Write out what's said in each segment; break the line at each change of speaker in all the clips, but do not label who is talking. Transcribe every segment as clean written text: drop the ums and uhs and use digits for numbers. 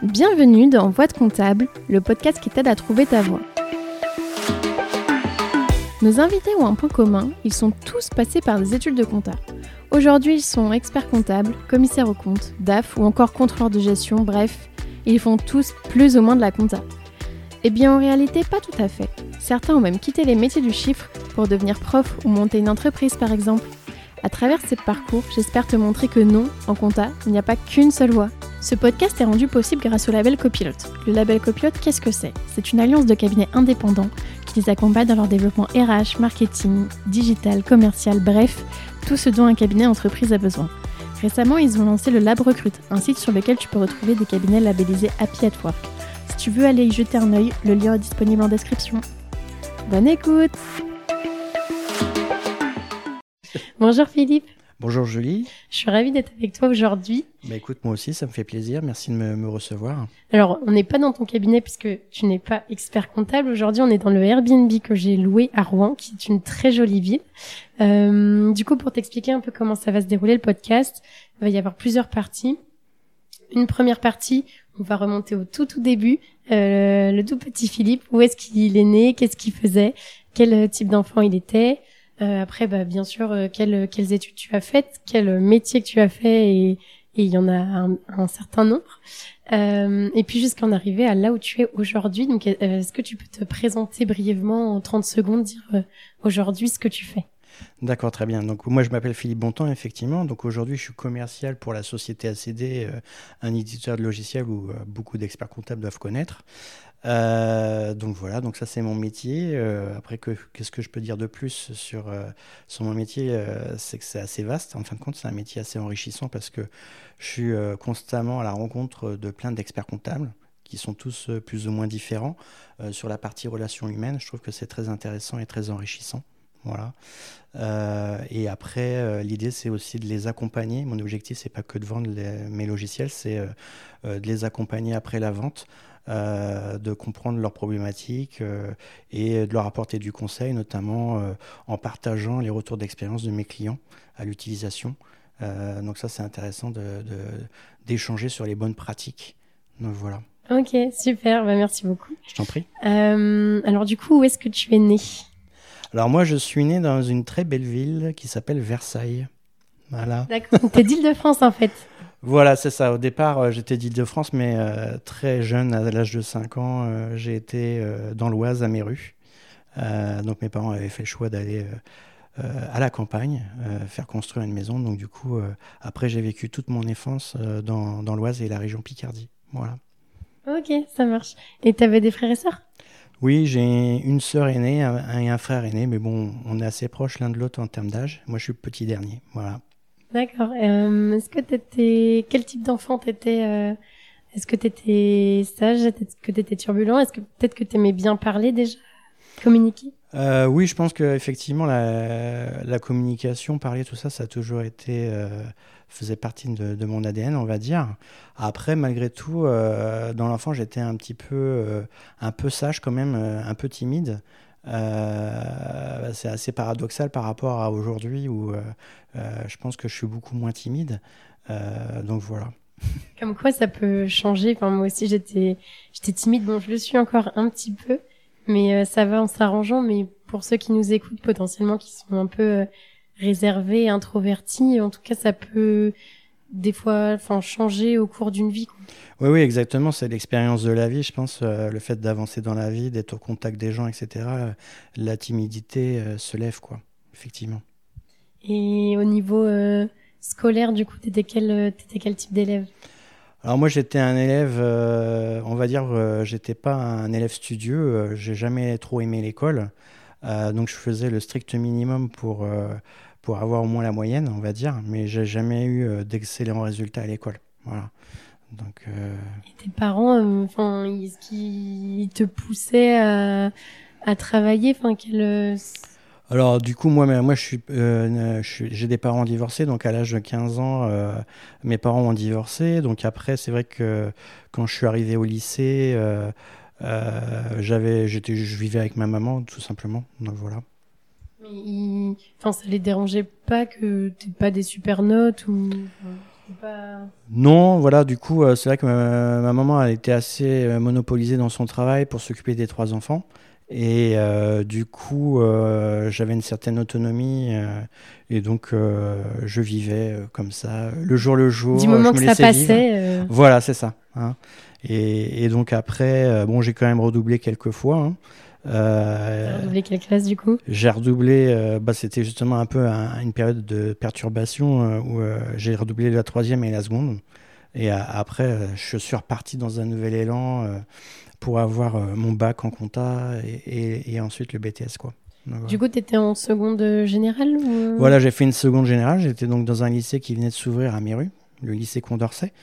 Bienvenue dans Voix de comptable, le podcast qui t'aide à trouver ta voie. Nos invités ont un point commun, ils sont tous passés par des études de compta. Aujourd'hui, ils sont experts comptables, commissaires aux comptes, DAF ou encore contrôleurs de gestion, bref, ils font tous plus ou moins de la compta. Eh bien en réalité, pas tout à fait. Certains ont même quitté les métiers du chiffre pour devenir prof ou monter une entreprise par exemple. À travers ces parcours, j'espère te montrer que non, en compta, il n'y a pas qu'une seule voie. Ce podcast est rendu possible grâce au label Copilote. Le label Copilote, qu'est-ce que c'est ? C'est une alliance de cabinets indépendants qui les accompagne dans leur développement RH, marketing, digital, commercial, bref, tout ce dont un cabinet entreprise a besoin. Récemment, ils ont lancé le Lab Recrute, un site sur lequel tu peux retrouver des cabinets labellisés Happy at Work. Si tu veux aller y jeter un œil, le lien est disponible en description. Bonne écoute ! Bonjour Philippe.
Bonjour Julie.
Je suis ravie d'être avec toi aujourd'hui.
Écoute, moi aussi, ça me fait plaisir. Merci de me recevoir.
Alors, on n'est pas dans ton cabinet puisque tu n'es pas expert comptable. Aujourd'hui, on est dans le Airbnb que j'ai loué à Rouen, qui est une très jolie ville. Du coup, pour t'expliquer un peu comment ça va se dérouler le podcast, il va y avoir plusieurs parties. Une première partie, on va remonter au tout début. Le tout petit Philippe, où est-ce qu'il est né, qu'est-ce qu'il faisait, quel type d'enfant il était. Après, bien sûr, quelles études tu as faites, quel métier que tu as fait, et il y en a un certain nombre. Et puis jusqu'à en arriver à là où tu es aujourd'hui. Donc, est-ce que tu peux te présenter brièvement en 30 secondes, dire aujourd'hui ce que tu fais ?
D'accord, très bien. Donc moi, je m'appelle Philippe Bontemps, effectivement. Donc aujourd'hui, je suis commercial pour la société ACD, un éditeur de logiciels où beaucoup d'experts comptables doivent connaître. Donc voilà, donc ça c'est mon métier. Après, qu'est-ce que je peux dire de plus sur mon métier, c'est que c'est assez vaste. En fin de compte, c'est un métier assez enrichissant parce que je suis constamment à la rencontre de plein d'experts comptables qui sont tous plus ou moins différents. Sur la partie relations humaines, je trouve que c'est très intéressant et très enrichissant. Voilà. Et après, l'idée, c'est aussi de les accompagner. Mon objectif, c'est pas que de vendre mes logiciels, c'est de les accompagner après la vente, de comprendre leurs problématiques et de leur apporter du conseil, notamment en partageant les retours d'expérience de mes clients à l'utilisation. Donc ça, c'est intéressant d'échanger sur les bonnes pratiques. Donc voilà.
Ok, super, merci beaucoup.
Je t'en prie.
Alors du coup, où est-ce que tu es né ?
Alors moi, je suis né dans une très belle ville qui s'appelle Versailles. Voilà.
D'accord, t'es d'Île-de-France en fait.
Voilà, c'est ça. Au départ, j'étais d'Île-de-France, mais très jeune, à l'âge de 5 ans, j'ai été dans l'Oise, à Méru. Donc mes parents avaient fait le choix d'aller à la campagne, faire construire une maison. Donc du coup, après, j'ai vécu toute mon enfance dans l'Oise et la région Picardie. Voilà.
Ok, ça marche. Et t'avais des frères et sœurs ?
Oui, j'ai une sœur aînée et un frère aîné, mais bon, on est assez proches l'un de l'autre en termes d'âge. Moi, je suis le petit dernier, voilà.
D'accord. Est-ce que quel type d'enfant t'étais ? Est-ce que t'étais sage ? Est-ce que t'étais turbulent ? Est-ce que peut-être que t'aimais bien parler déjà, communiquer ?
Oui, je pense que effectivement la communication, parler, tout ça, ça a toujours été faisait partie de mon ADN, on va dire. Après, malgré tout, dans l'enfant, j'étais un peu sage quand même, un peu timide. C'est assez paradoxal par rapport à aujourd'hui où je pense que je suis beaucoup moins timide. Donc voilà.
Comme quoi ça peut changer. Enfin, moi aussi, j'étais timide. Bon, je le suis encore un petit peu, mais ça va en s'arrangeant. Mais pour ceux qui nous écoutent potentiellement, qui sont un peu réservés, introvertis, en tout cas, ça peut des fois, changer au cours d'une vie, quoi.
Oui, exactement. C'est l'expérience de la vie, je pense. Le fait d'avancer dans la vie, d'être au contact des gens, etc. La timidité se lève, quoi. Effectivement.
Et au niveau scolaire, du coup, t'étais quel type d'élève ?
Alors moi, j'étais un élève, on va dire, j'étais pas un élève studieux. J'ai jamais trop aimé l'école. Donc je faisais le strict minimum pour avoir au moins la moyenne, on va dire. Mais j'ai jamais eu d'excellents résultats à l'école. Voilà. Donc,
Et tes parents, est-ce qu'ils te poussaient à travailler ?
Alors du coup, moi j'ai des parents divorcés, donc à l'âge de 15 ans, mes parents ont divorcé. Donc après, c'est vrai que quand je suis arrivé au lycée, je vivais avec ma maman, tout simplement. Donc voilà.
Mais ça les dérangeait pas que t'aies pas des super notes ou...
Non, voilà, du coup, c'est vrai que ma maman, elle était assez monopolisée dans son travail pour s'occuper des 3 enfants. Et du coup, j'avais une certaine autonomie et donc je vivais comme ça, le jour le jour.
Du moment
je
que
me
ça
laissais
passait.
vivre. Voilà, c'est ça. Hein. Et donc après, bon, j'ai quand même redoublé quelques fois. Hein.
T'as redoublé quelle classe du coup?
J'ai redoublé, c'était justement un peu une période de perturbation où j'ai redoublé la 3e et la seconde. Et après, je suis reparti dans un nouvel élan pour avoir mon bac en compta et ensuite le BTS, quoi. Donc, voilà.
Du coup, tu étais en seconde générale ou...
Voilà, j'ai fait une seconde générale. J'étais donc dans un lycée qui venait de s'ouvrir à Méru, le lycée Condorcet.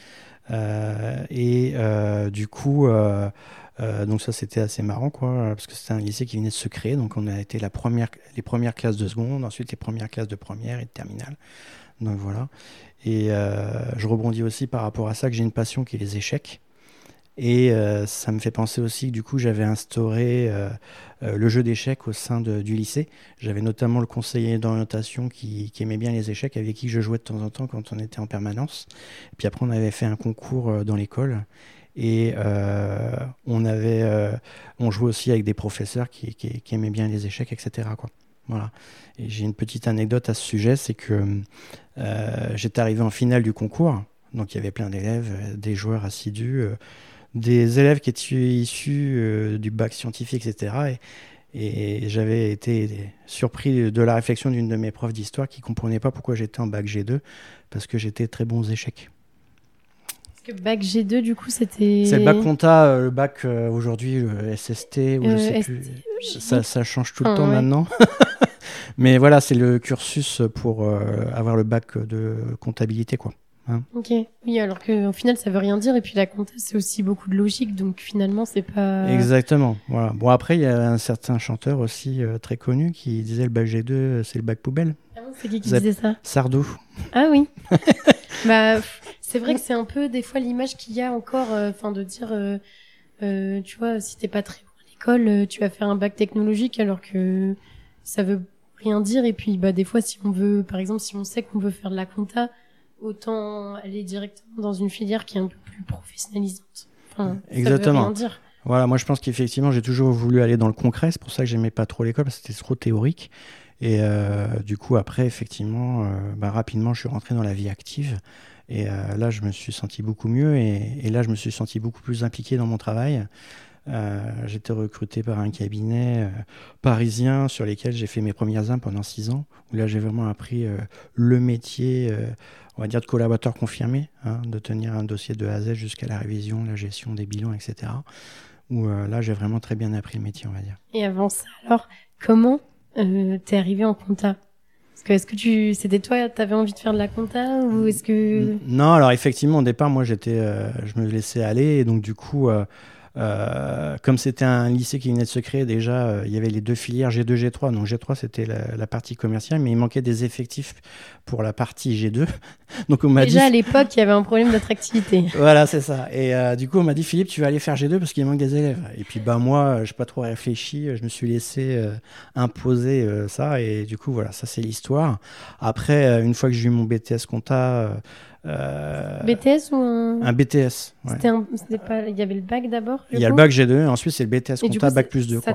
Du coup, donc ça c'était assez marrant, quoi, parce que c'était un lycée qui venait de se créer. Donc on a été les premières classes de seconde, ensuite les premières classes de première et de terminale. Donc voilà. Et je rebondis aussi par rapport à ça que j'ai une passion qui est les échecs. Et ça me fait penser aussi que du coup j'avais instauré le jeu d'échecs au sein du lycée. J'avais notamment le conseiller d'orientation qui aimait bien les échecs, avec qui je jouais de temps en temps quand on était en permanence. Et puis après on avait fait un concours dans l'école et on jouait aussi avec des professeurs qui aimaient bien les échecs, etc., quoi. Voilà. Et j'ai une petite anecdote à ce sujet, c'est que j'étais arrivé en finale du concours, donc il y avait plein d'élèves, des joueurs assidus, des élèves qui étaient issus du bac scientifique, etc. Et j'avais été surpris de la réflexion d'une de mes profs d'histoire qui ne comprenait pas pourquoi j'étais en bac G2, parce que j'étais très bon aux échecs.
Parce que bac G2, du coup, c'était...
C'est le bac compta, le bac aujourd'hui, le SST, ou je sais plus. Ça change tout le temps maintenant. Mais voilà, c'est le cursus pour avoir le bac de comptabilité, quoi. Hein.
Ok, oui, alors qu'au final, ça veut rien dire. Et puis la compta, c'est aussi beaucoup de logique. Donc finalement, c'est pas...
Exactement. Voilà. Bon, après, il y a un certain chanteur aussi très connu qui disait le bac G2, c'est le bac poubelle.
Ah bon, c'est qui disait ça?
Sardou.
Ah oui. Bah, c'est vrai que c'est un peu des fois l'image qu'il y a encore, de dire, tu vois, si t'es pas très bon à l'école, tu vas faire un bac technologique alors que ça veut rien dire. Et puis, bah, des fois, si on veut, par exemple, si on sait qu'on veut faire de la compta, autant aller directement dans une filière qui est un peu plus professionnalisante. Enfin,
exactement.
Ça veut rien dire.
Voilà, moi je pense qu'effectivement j'ai toujours voulu aller dans le concret, c'est pour ça que j'aimais pas trop l'école, parce que c'était trop théorique. Et du coup après effectivement, rapidement je suis rentré dans la vie active. Et là je me suis senti beaucoup mieux et là je me suis senti beaucoup plus impliqué dans mon travail. J'étais recruté par un cabinet parisien sur lesquels j'ai fait mes premières armes pendant 6 ans, où là j'ai vraiment appris le métier, on va dire de collaborateur confirmé, hein, de tenir un dossier de A à Z jusqu'à la révision, la gestion des bilans, etc. Où là j'ai vraiment très bien appris le métier, on va dire.
Et avant ça, alors, comment t'es arrivé en compta? Est-ce que c'était toi, t'avais envie de faire de la compta ou est-ce que...
Non, alors effectivement au départ moi je me laissais aller et donc du coup... comme c'était un lycée qui venait de se créer, déjà, il y avait les 2 filières G2, G3. Donc G3, c'était la partie commerciale, mais il manquait des effectifs pour la partie G2. Donc on m'a
déjà, à l'époque, il y avait un problème d'attractivité.
Voilà, c'est ça. Et du coup, on m'a dit, Philippe, tu vas aller faire G2 parce qu'il manque des élèves. Et puis, moi, je n'ai pas trop réfléchi. Je me suis laissé imposer ça. Et du coup, voilà, ça, c'est l'histoire. Après, une fois que j'ai eu mon BTS compta...
BTS ou un
BTS. Ouais.
C'était pas... Il y avait le bac d'abord.
Il y a le bac G2 et ensuite c'est le BTS compta, bac plus 2.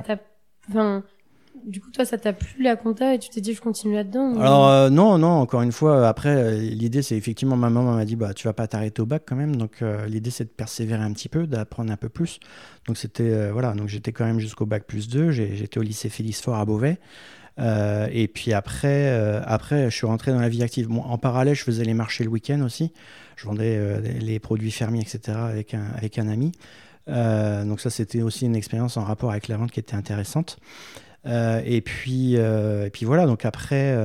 Du coup, toi, ça t'a plu la compta et tu t'es dit je continue là-dedans?
Alors non, encore une fois, après, l'idée c'est effectivement, ma maman m'a dit tu vas pas t'arrêter au bac quand même, donc l'idée c'est de persévérer un petit peu, d'apprendre un peu plus. Donc c'était, donc j'étais quand même jusqu'au bac plus 2, j'étais au lycée Félix Faure à Beauvais. Et puis après, je suis rentré dans la vie active. Bon, en parallèle, je faisais les marchés le week-end aussi. Je vendais les produits fermiers, etc. avec un ami. Donc ça, c'était aussi une expérience en rapport avec la vente qui était intéressante. Et puis voilà. Donc après,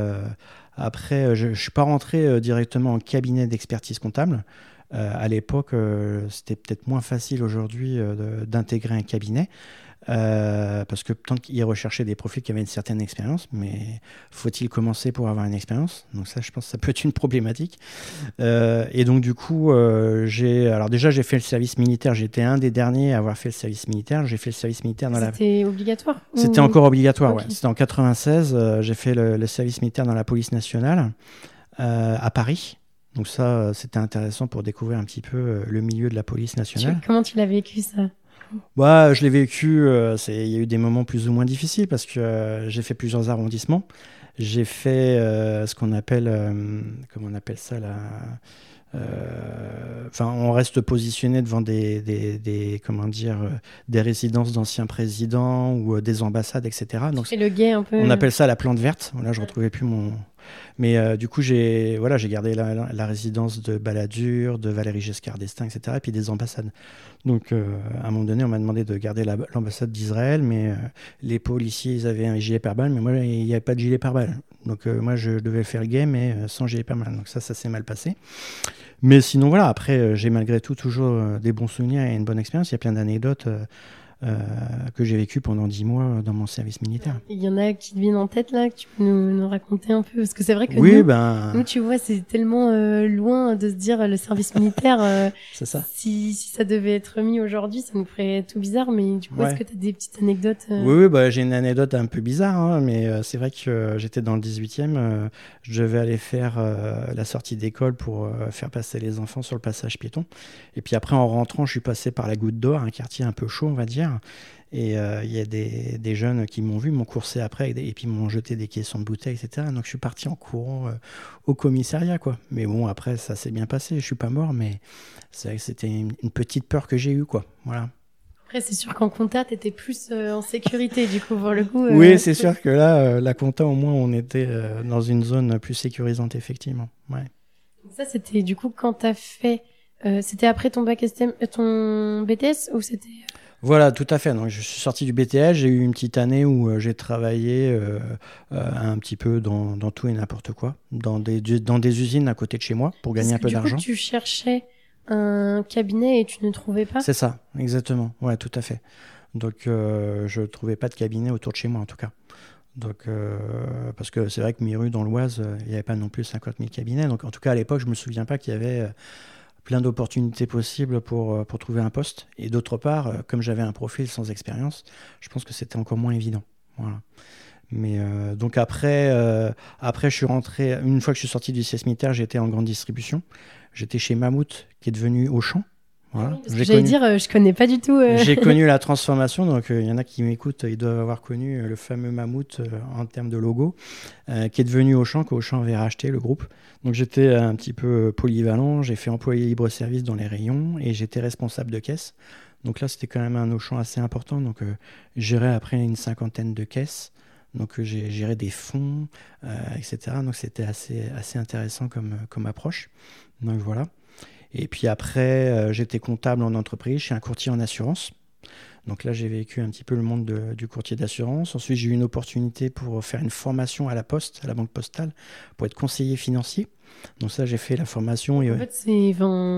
je suis pas rentré directement en cabinet d'expertise comptable. À l'époque, c'était peut-être moins facile aujourd'hui d'intégrer un cabinet. Parce que tant qu'ils recherchaient des profils qui avaient une certaine expérience, mais faut-il commencer pour avoir une expérience? Donc ça, je pense que ça peut être une problématique. Et donc du coup, j'ai fait le service militaire. J'étais un des derniers à avoir fait le service militaire. J'ai fait le service militaire
C'était obligatoire?
C'était encore obligatoire,
okay.
Ouais. C'était en 96. J'ai fait le service militaire dans la police nationale à Paris. Donc ça, c'était intéressant pour découvrir un petit peu le milieu de la police nationale.
Comment tu l'as vécu ça?
Bah, je l'ai vécu, il y a eu des moments plus ou moins difficiles parce que j'ai fait plusieurs arrondissements. J'ai fait ce qu'on appelle, comment on appelle ça là on reste positionné devant comment dire, des résidences d'anciens présidents ou des ambassades, etc. Donc,
c'est le guet un peu.
On appelle ça la plante verte. Là, je retrouvais plus mon. Mais du coup, j'ai gardé la résidence de Balladur, de Valéry Giscard d'Estaing, etc. Et puis des ambassades. Donc, à un moment donné, on m'a demandé de garder l'ambassade d'Israël, mais les policiers, ils avaient un gilet pare-balles, mais moi, il n'y avait pas de gilet pare-balles. Donc, moi, je devais faire le guet, mais sans gilet pare-balles. Donc, ça s'est mal passé. Mais sinon, voilà, après, j'ai malgré tout toujours des bons souvenirs et une bonne expérience. Il y a plein d'anecdotes que j'ai vécues pendant 10 mois dans mon service militaire.
Il y en a qui te viennent en tête, là, que tu peux nous raconter un peu? Parce que c'est vrai que nous, tu vois, c'est tellement loin de se dire le service militaire.
C'est ça.
Si ça devait être mis aujourd'hui, ça nous ferait tout bizarre. Mais du coup, est-ce que tu as des petites anecdotes
Oui, j'ai une anecdote un peu bizarre, hein, mais c'est vrai que j'étais dans le 18e. Je devais aller faire la sortie d'école pour faire passer les enfants sur le passage piéton. Et puis après, en rentrant, je suis passé par la Goutte d'Or, un quartier un peu chaud, on va dire. Et il y a des jeunes qui m'ont vu, m'ont coursé après et puis m'ont jeté des caissons de bouteilles, etc. Donc je suis parti en courant au commissariat, quoi. Mais bon, après, ça s'est bien passé. Je suis pas mort, mais c'est vrai que c'était une petite peur que j'ai eue, quoi. Voilà.
Après, c'est sûr qu'en compta, t'étais plus en sécurité, du coup, pour le coup.
Oui, c'est sûr que là, la compta, au moins, on était dans une zone plus sécurisante, effectivement. Ouais.
Ça, c'était du coup quand t'as fait... c'était après ton bac STM, ton BTS ou c'était...
Voilà, tout à fait. Donc, je suis sorti du BTS, j'ai eu une petite année où j'ai travaillé un petit peu dans tout et n'importe quoi, dans des usines à côté de chez moi pour gagner un peu d'argent.
Du coup, tu cherchais un cabinet et tu ne trouvais pas?
C'est ça, exactement. Ouais, tout à fait. Donc, je ne trouvais pas de cabinet autour de chez moi, en tout cas. Donc, parce que c'est vrai que mes rues dans l'Oise, il n'y avait pas non plus 50 000 cabinets. Donc, en tout cas, à l'époque, je ne me souviens pas qu'il y avait plein d'opportunités possibles pour trouver un poste. Et d'autre part, comme j'avais un profil sans expérience, je pense que c'était encore moins évident. Voilà. Mais donc après, je suis rentré, une fois que je suis sorti du service militaire, j'étais en grande distribution. J'étais chez Mammouth, qui est devenu Auchan. Voilà.
Oui, j'allais dire, je connais pas du tout.
J'ai connu la transformation, donc il y en a qui m'écoutent, ils doivent avoir connu le fameux Mammouth en termes de logo, qui est devenu Auchan, qu'Auchan avait racheté le groupe. Donc j'étais un petit peu polyvalent, j'ai fait employé libre-service dans les rayons et j'étais responsable de caisse. Donc là, c'était quand même un Auchan assez important, donc je gérais après une 50aine de caisses. Donc j'ai géré des fonds, etc. Donc c'était assez intéressant comme approche. Donc voilà. Et puis après, j'étais comptable en entreprise, je suis un courtier en assurance. Donc là, j'ai vécu un petit peu le monde du courtier d'assurance. Ensuite, j'ai eu une opportunité pour faire une formation à la Poste, à la Banque Postale, pour être conseiller financier. Donc ça, j'ai fait la formation.
En fait, c'est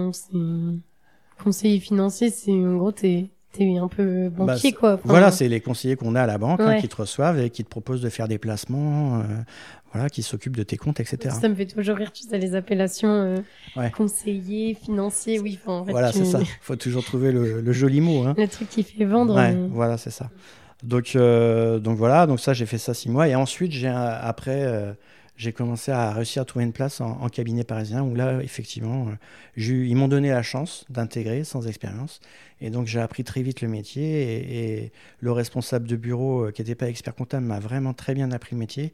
conseiller financier, c'est en gros, t'es un peu banquier, quoi. Enfin,
voilà, c'est les conseillers qu'on a à la banque qui te reçoivent et qui te proposent de faire des placements, qui s'occupent de tes comptes, etc.
Ça me fait toujours rire, tu sais, les appellations conseiller, financier, oui. En fait,
voilà, c'est ça. Il faut toujours trouver le joli mot. Hein.
Le truc qui fait vendre.
Ouais, voilà, c'est ça. Donc voilà, donc ça, j'ai fait ça 6 mois. Et ensuite, j'ai commencé à réussir à trouver une place en cabinet parisien où là, effectivement, ils m'ont donné la chance d'intégrer sans expérience. Et donc, j'ai appris très vite le métier et le responsable de bureau qui n'était pas expert comptable m'a vraiment très bien appris le métier.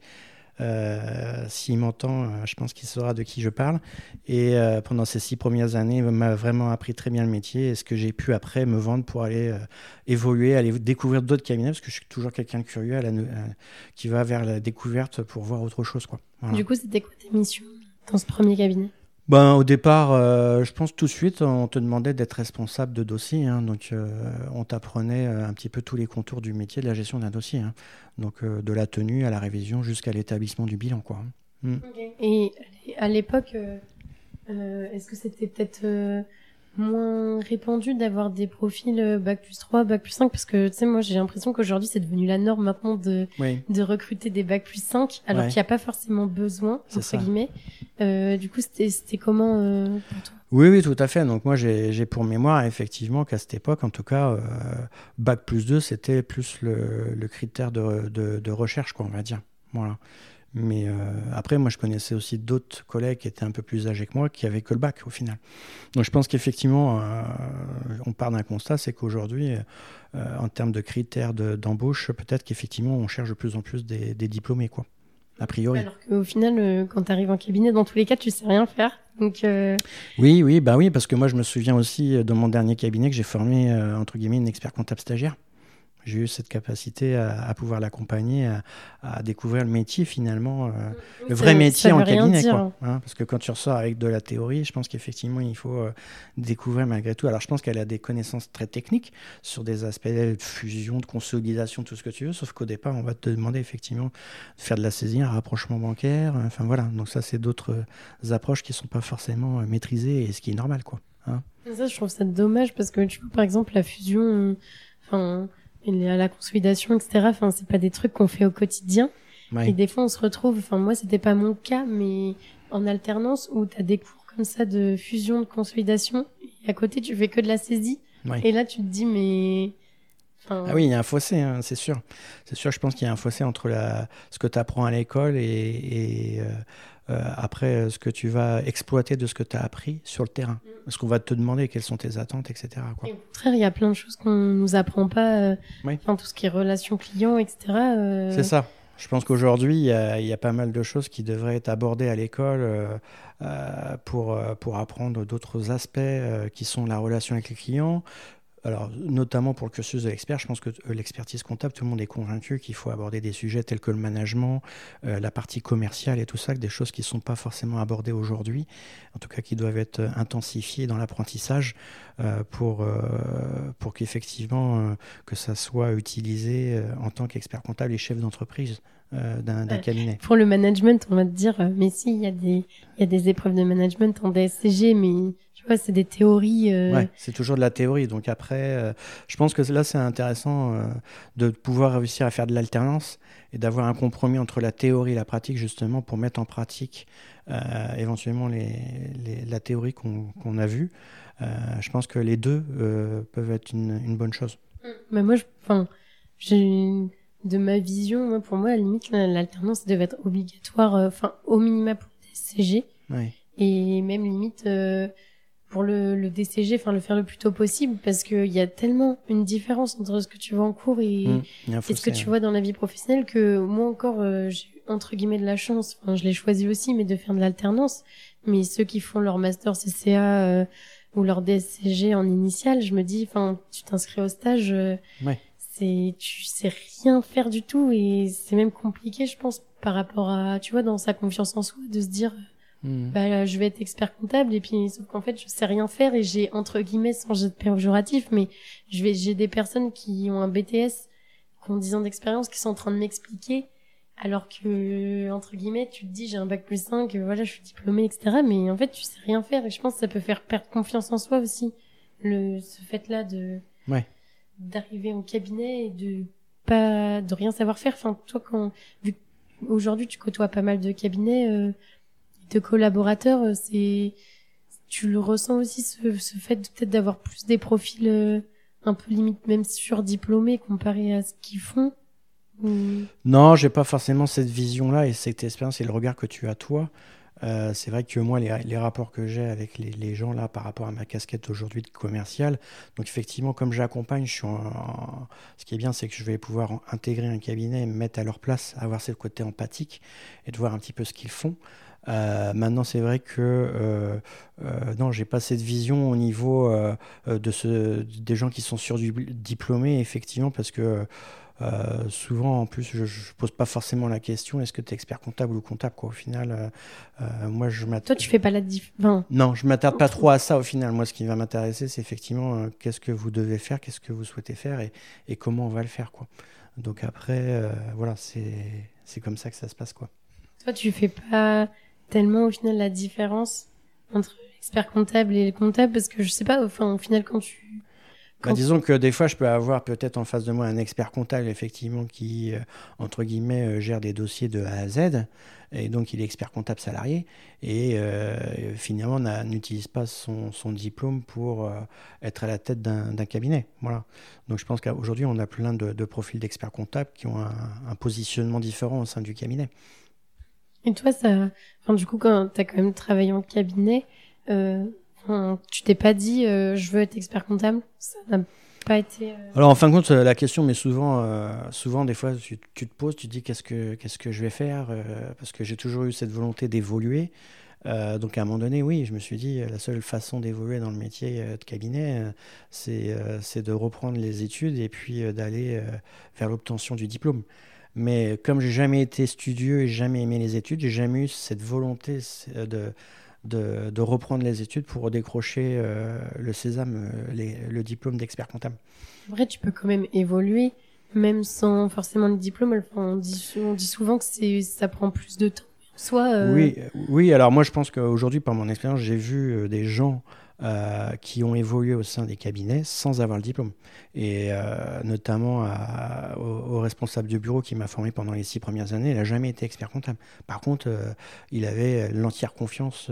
S'il m'entend, je pense qu'il saura de qui je parle. Et pendant ces 6 premières années, il m'a vraiment appris très bien le métier et ce que j'ai pu après me vendre pour aller évoluer, aller découvrir d'autres cabinets parce que je suis toujours quelqu'un de curieux qui va vers la découverte pour voir autre chose, quoi. Voilà.
Du coup, c'était quoi tes missions dans ce premier cabinet?
Au départ, je pense tout de suite, on te demandait d'être responsable de dossier. Hein, donc, on t'apprenait un petit peu tous les contours du métier de la gestion d'un dossier. Hein, donc, de la tenue à la révision jusqu'à l'établissement du bilan, quoi.
Okay. Et à l'époque, est-ce que c'était peut-être moins répandu d'avoir des profils bac plus 3, bac plus 5? Parce que, tu sais, moi, j'ai l'impression qu'aujourd'hui, c'est devenu la norme maintenant de recruter des bac plus 5, alors qu'il n'y a pas forcément besoin, entre guillemets. Du coup, c'était comment pour toi?
Oui, tout à fait. Donc, moi, j'ai pour mémoire, effectivement, qu'à cette époque, en tout cas, bac plus 2, c'était plus le critère de recherche, quoi, on va dire. Voilà. Mais après, moi, je connaissais aussi d'autres collègues qui étaient un peu plus âgés que moi, qui avaient que le bac au final. Donc je pense qu'effectivement, on part d'un constat, c'est qu'aujourd'hui, en termes de critères d'embauche, peut-être qu'effectivement, on cherche de plus en plus des diplômés, quoi. A priori.
Alors qu'au final, quand tu arrives en cabinet, dans tous les cas, tu sais rien faire. Donc,
Oui, parce que moi, je me souviens aussi de mon dernier cabinet que j'ai formé, entre guillemets, une expert comptable stagiaire. J'ai eu cette capacité à pouvoir l'accompagner, à découvrir le métier finalement, le vrai métier en cabinet, quoi. Hein, parce que quand tu ressors avec de la théorie, je pense qu'effectivement il faut découvrir malgré tout. Alors je pense qu'elle a des connaissances très techniques sur des aspects de fusion, de consolidation, tout ce que tu veux, sauf qu'au départ on va te demander effectivement de faire de la saisie, un rapprochement bancaire, enfin voilà. Donc ça c'est d'autres approches qui ne sont pas forcément maîtrisées et ce qui est normal, quoi. Hein.
Ça, je trouve ça dommage parce que tu vois par exemple la fusion, enfin la consolidation, etc. Enfin, c'est pas des trucs qu'on fait au quotidien. Ouais. Et des fois, on se retrouve, enfin, moi, c'était pas mon cas, mais en alternance où t'as des cours comme ça de fusion, de consolidation. Et à côté, tu fais que de la saisie. Ouais. Et là, tu te dis, mais...
Ah oui, il y a un fossé, hein, c'est sûr. C'est sûr, je pense qu'il y a un fossé entre ce que tu apprends à l'école et après ce que tu vas exploiter de ce que tu as appris sur le terrain. Parce qu'on va te demander quelles sont tes attentes, etc. Quoi.
Et au contraire, il y a plein de choses qu'on nous apprend pas, oui. Tout ce qui est relations clients, etc.
C'est ça. Je pense qu'aujourd'hui, il y a pas mal de choses qui devraient être abordées à l'école pour apprendre d'autres aspects qui sont la relation avec les clients. Alors, notamment pour le cursus de l'expert, je pense que l'expertise comptable, tout le monde est convaincu qu'il faut aborder des sujets tels que le management, la partie commerciale et tout ça, des choses qui ne sont pas forcément abordées aujourd'hui, en tout cas qui doivent être intensifiées dans l'apprentissage pour qu'effectivement, que ça soit utilisé en tant qu'expert comptable et chef d'entreprise d'un cabinet.
Pour le management, on va te dire, mais si, il y a des épreuves de management en DSCG, mais... Ouais, c'est des théories.
Ouais, c'est toujours de la théorie. Donc après, je pense que là, c'est intéressant de pouvoir réussir à faire de l'alternance et d'avoir un compromis entre la théorie et la pratique, justement, pour mettre en pratique éventuellement la théorie qu'on a vue. Je pense que les deux peuvent être une bonne chose.
Mais moi, de ma vision, pour moi, à la limite, l'alternance devait être obligatoire, au minima pour le DCG. Ouais. Et même limite... pour le DCG, le faire le plus tôt possible, parce qu'il y a tellement une différence entre ce que tu vois en cours et ce que tu vois dans la vie professionnelle que moi encore, j'ai entre guillemets de la chance, je l'ai choisi aussi, mais de faire de l'alternance. Mais ceux qui font leur master CCA ou leur DSCG en initial, je me dis, tu t'inscris au stage, tu sais rien faire du tout et c'est même compliqué, je pense, par rapport à, tu vois, dans sa confiance en soi, de se dire... je vais être expert comptable et puis sauf qu'en fait je sais rien faire et j'ai entre guillemets sans être péjoratif mais j'ai des personnes qui ont un BTS qui ont 10 ans d'expérience qui sont en train de m'expliquer alors que entre guillemets tu te dis j'ai un bac+5 voilà je suis diplômée etc mais en fait tu sais rien faire et je pense que ça peut faire perdre confiance en soi aussi ce fait là d'arriver au cabinet et de rien savoir faire toi vu aujourd'hui tu côtoies pas mal de cabinets de collaborateurs, tu le ressens aussi ce fait peut-être d'avoir plus des profils un peu limite même surdiplômés comparé à ce qu'ils font ou...
Non, j'ai pas forcément cette vision-là et cette expérience et le regard que tu as toi. C'est vrai que moi, les rapports que j'ai avec les gens là par rapport à ma casquette aujourd'hui de commercial, donc effectivement, comme j'accompagne, ce qui est bien, c'est que je vais pouvoir intégrer un cabinet, me mettre à leur place, avoir ce côté empathique et de voir un petit peu ce qu'ils font. Maintenant, c'est vrai que non, j'ai pas cette vision au niveau des gens qui sont surdiplômés, effectivement, parce que souvent, en plus, je pose pas forcément la question est-ce que tu es expert comptable ou comptable, quoi. Au final, moi,
toi, tu fais pas la différence.
Non, je m'attarde pas trop à ça. Au final, moi, ce qui va m'intéresser, c'est effectivement qu'est-ce que vous devez faire, qu'est-ce que vous souhaitez faire et comment on va le faire, quoi. Donc après, voilà, c'est comme ça que ça se passe, quoi.
Toi, tu fais pas tellement au final la différence entre l'expert comptable et le comptable parce que je sais pas, au final
disons que des fois je peux avoir peut-être en face de moi un expert comptable effectivement qui entre guillemets gère des dossiers de A à Z et donc il est expert comptable salarié et finalement n'utilise pas son diplôme pour être à la tête d'un cabinet. Voilà. Donc je pense qu'aujourd'hui on a plein de profils d'experts comptables qui ont un positionnement différent au sein du cabinet.
Et toi, du coup, quand tu as quand même travaillé en cabinet, tu t'es pas dit je veux être expert comptable? Ça n'a pas été.
Alors en fin de compte, la question, mais souvent des fois, tu te poses, tu te dis qu'est-ce que je vais faire parce que j'ai toujours eu cette volonté d'évoluer. Donc à un moment donné, oui, je me suis dit la seule façon d'évoluer dans le métier de cabinet, c'est de reprendre les études et puis d'aller vers l'obtention du diplôme. Mais comme j'ai jamais été studieux et jamais aimé les études, j'ai jamais eu cette volonté de reprendre les études pour décrocher le sésame, le diplôme d'expert comptable.
En vrai, tu peux quand même évoluer, même sans forcément le diplôme. Enfin, on dit souvent que ça prend plus de temps. Soit.
Oui, alors moi je pense qu'aujourd'hui, par mon expérience, j'ai vu des gens qui ont évolué au sein des cabinets sans avoir le diplôme. Et notamment au responsable du bureau qui m'a formé pendant les 6 premières années, il n'a jamais été expert comptable. Par contre, il avait l'entière confiance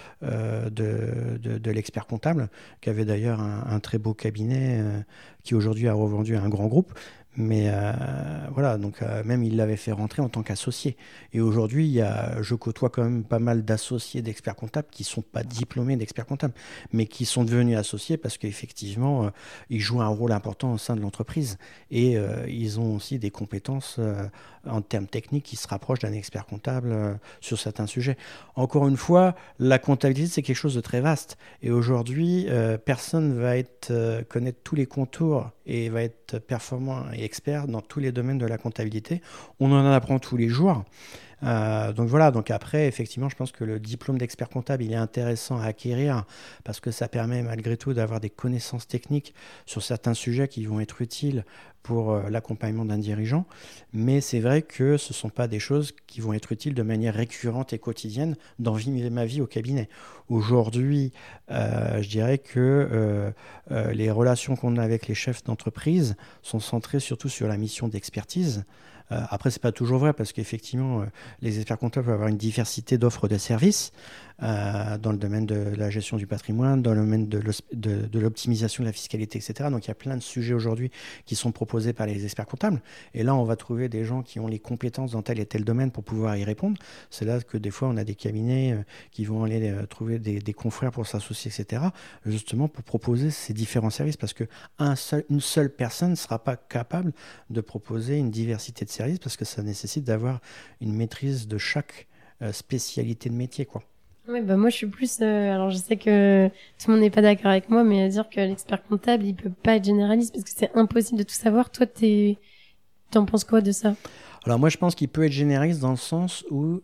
de l'expert comptable, qui avait d'ailleurs un très beau cabinet qui aujourd'hui a revendu à un grand groupe. Mais voilà, donc même il l'avait fait rentrer en tant qu'associé. Et aujourd'hui, je côtoie quand même pas mal d'associés d'experts comptables qui ne sont pas diplômés d'experts comptables, mais qui sont devenus associés parce qu'effectivement, ils jouent un rôle important au sein de l'entreprise. Et ils ont aussi des compétences en termes techniques qui se rapprochent d'un expert comptable sur certains sujets. Encore une fois, la comptabilité, c'est quelque chose de très vaste. Et aujourd'hui, personne va connaître tous les contours et va être performant et expert dans tous les domaines de la comptabilité. On en apprend tous les jours. Donc voilà, donc après, effectivement, je pense que le diplôme d'expert comptable, il est intéressant à acquérir parce que ça permet malgré tout d'avoir des connaissances techniques sur certains sujets qui vont être utiles pour l'accompagnement d'un dirigeant. Mais c'est vrai que ce ne sont pas des choses qui vont être utiles de manière récurrente et quotidienne dans ma vie au cabinet. Aujourd'hui, je dirais que les relations qu'on a avec les chefs d'entreprise sont centrées surtout sur la mission d'expertise. Après, ce n'est pas toujours vrai parce qu'effectivement, les experts comptables peuvent avoir une diversité d'offres de services dans le domaine de la gestion du patrimoine, dans le domaine de l'optimisation de la fiscalité, etc. Donc, il y a plein de sujets aujourd'hui qui sont proposés par les experts comptables. Et là, on va trouver des gens qui ont les compétences dans tel et tel domaine pour pouvoir y répondre. C'est là que des fois, on a des cabinets qui vont aller trouver des confrères pour s'associer, etc. Justement pour proposer ces différents services parce qu'une seule personne ne sera pas capable de proposer une diversité de services parce que ça nécessite d'avoir une maîtrise de chaque spécialité de métier, quoi.
Oui, bah moi je suis plus. Alors je sais que tout le monde n'est pas d'accord avec moi, mais à dire que l'expert comptable il peut pas être généraliste parce que c'est impossible de tout savoir. Toi, t'en penses quoi de ça?
Alors moi je pense qu'il peut être généraliste dans le sens où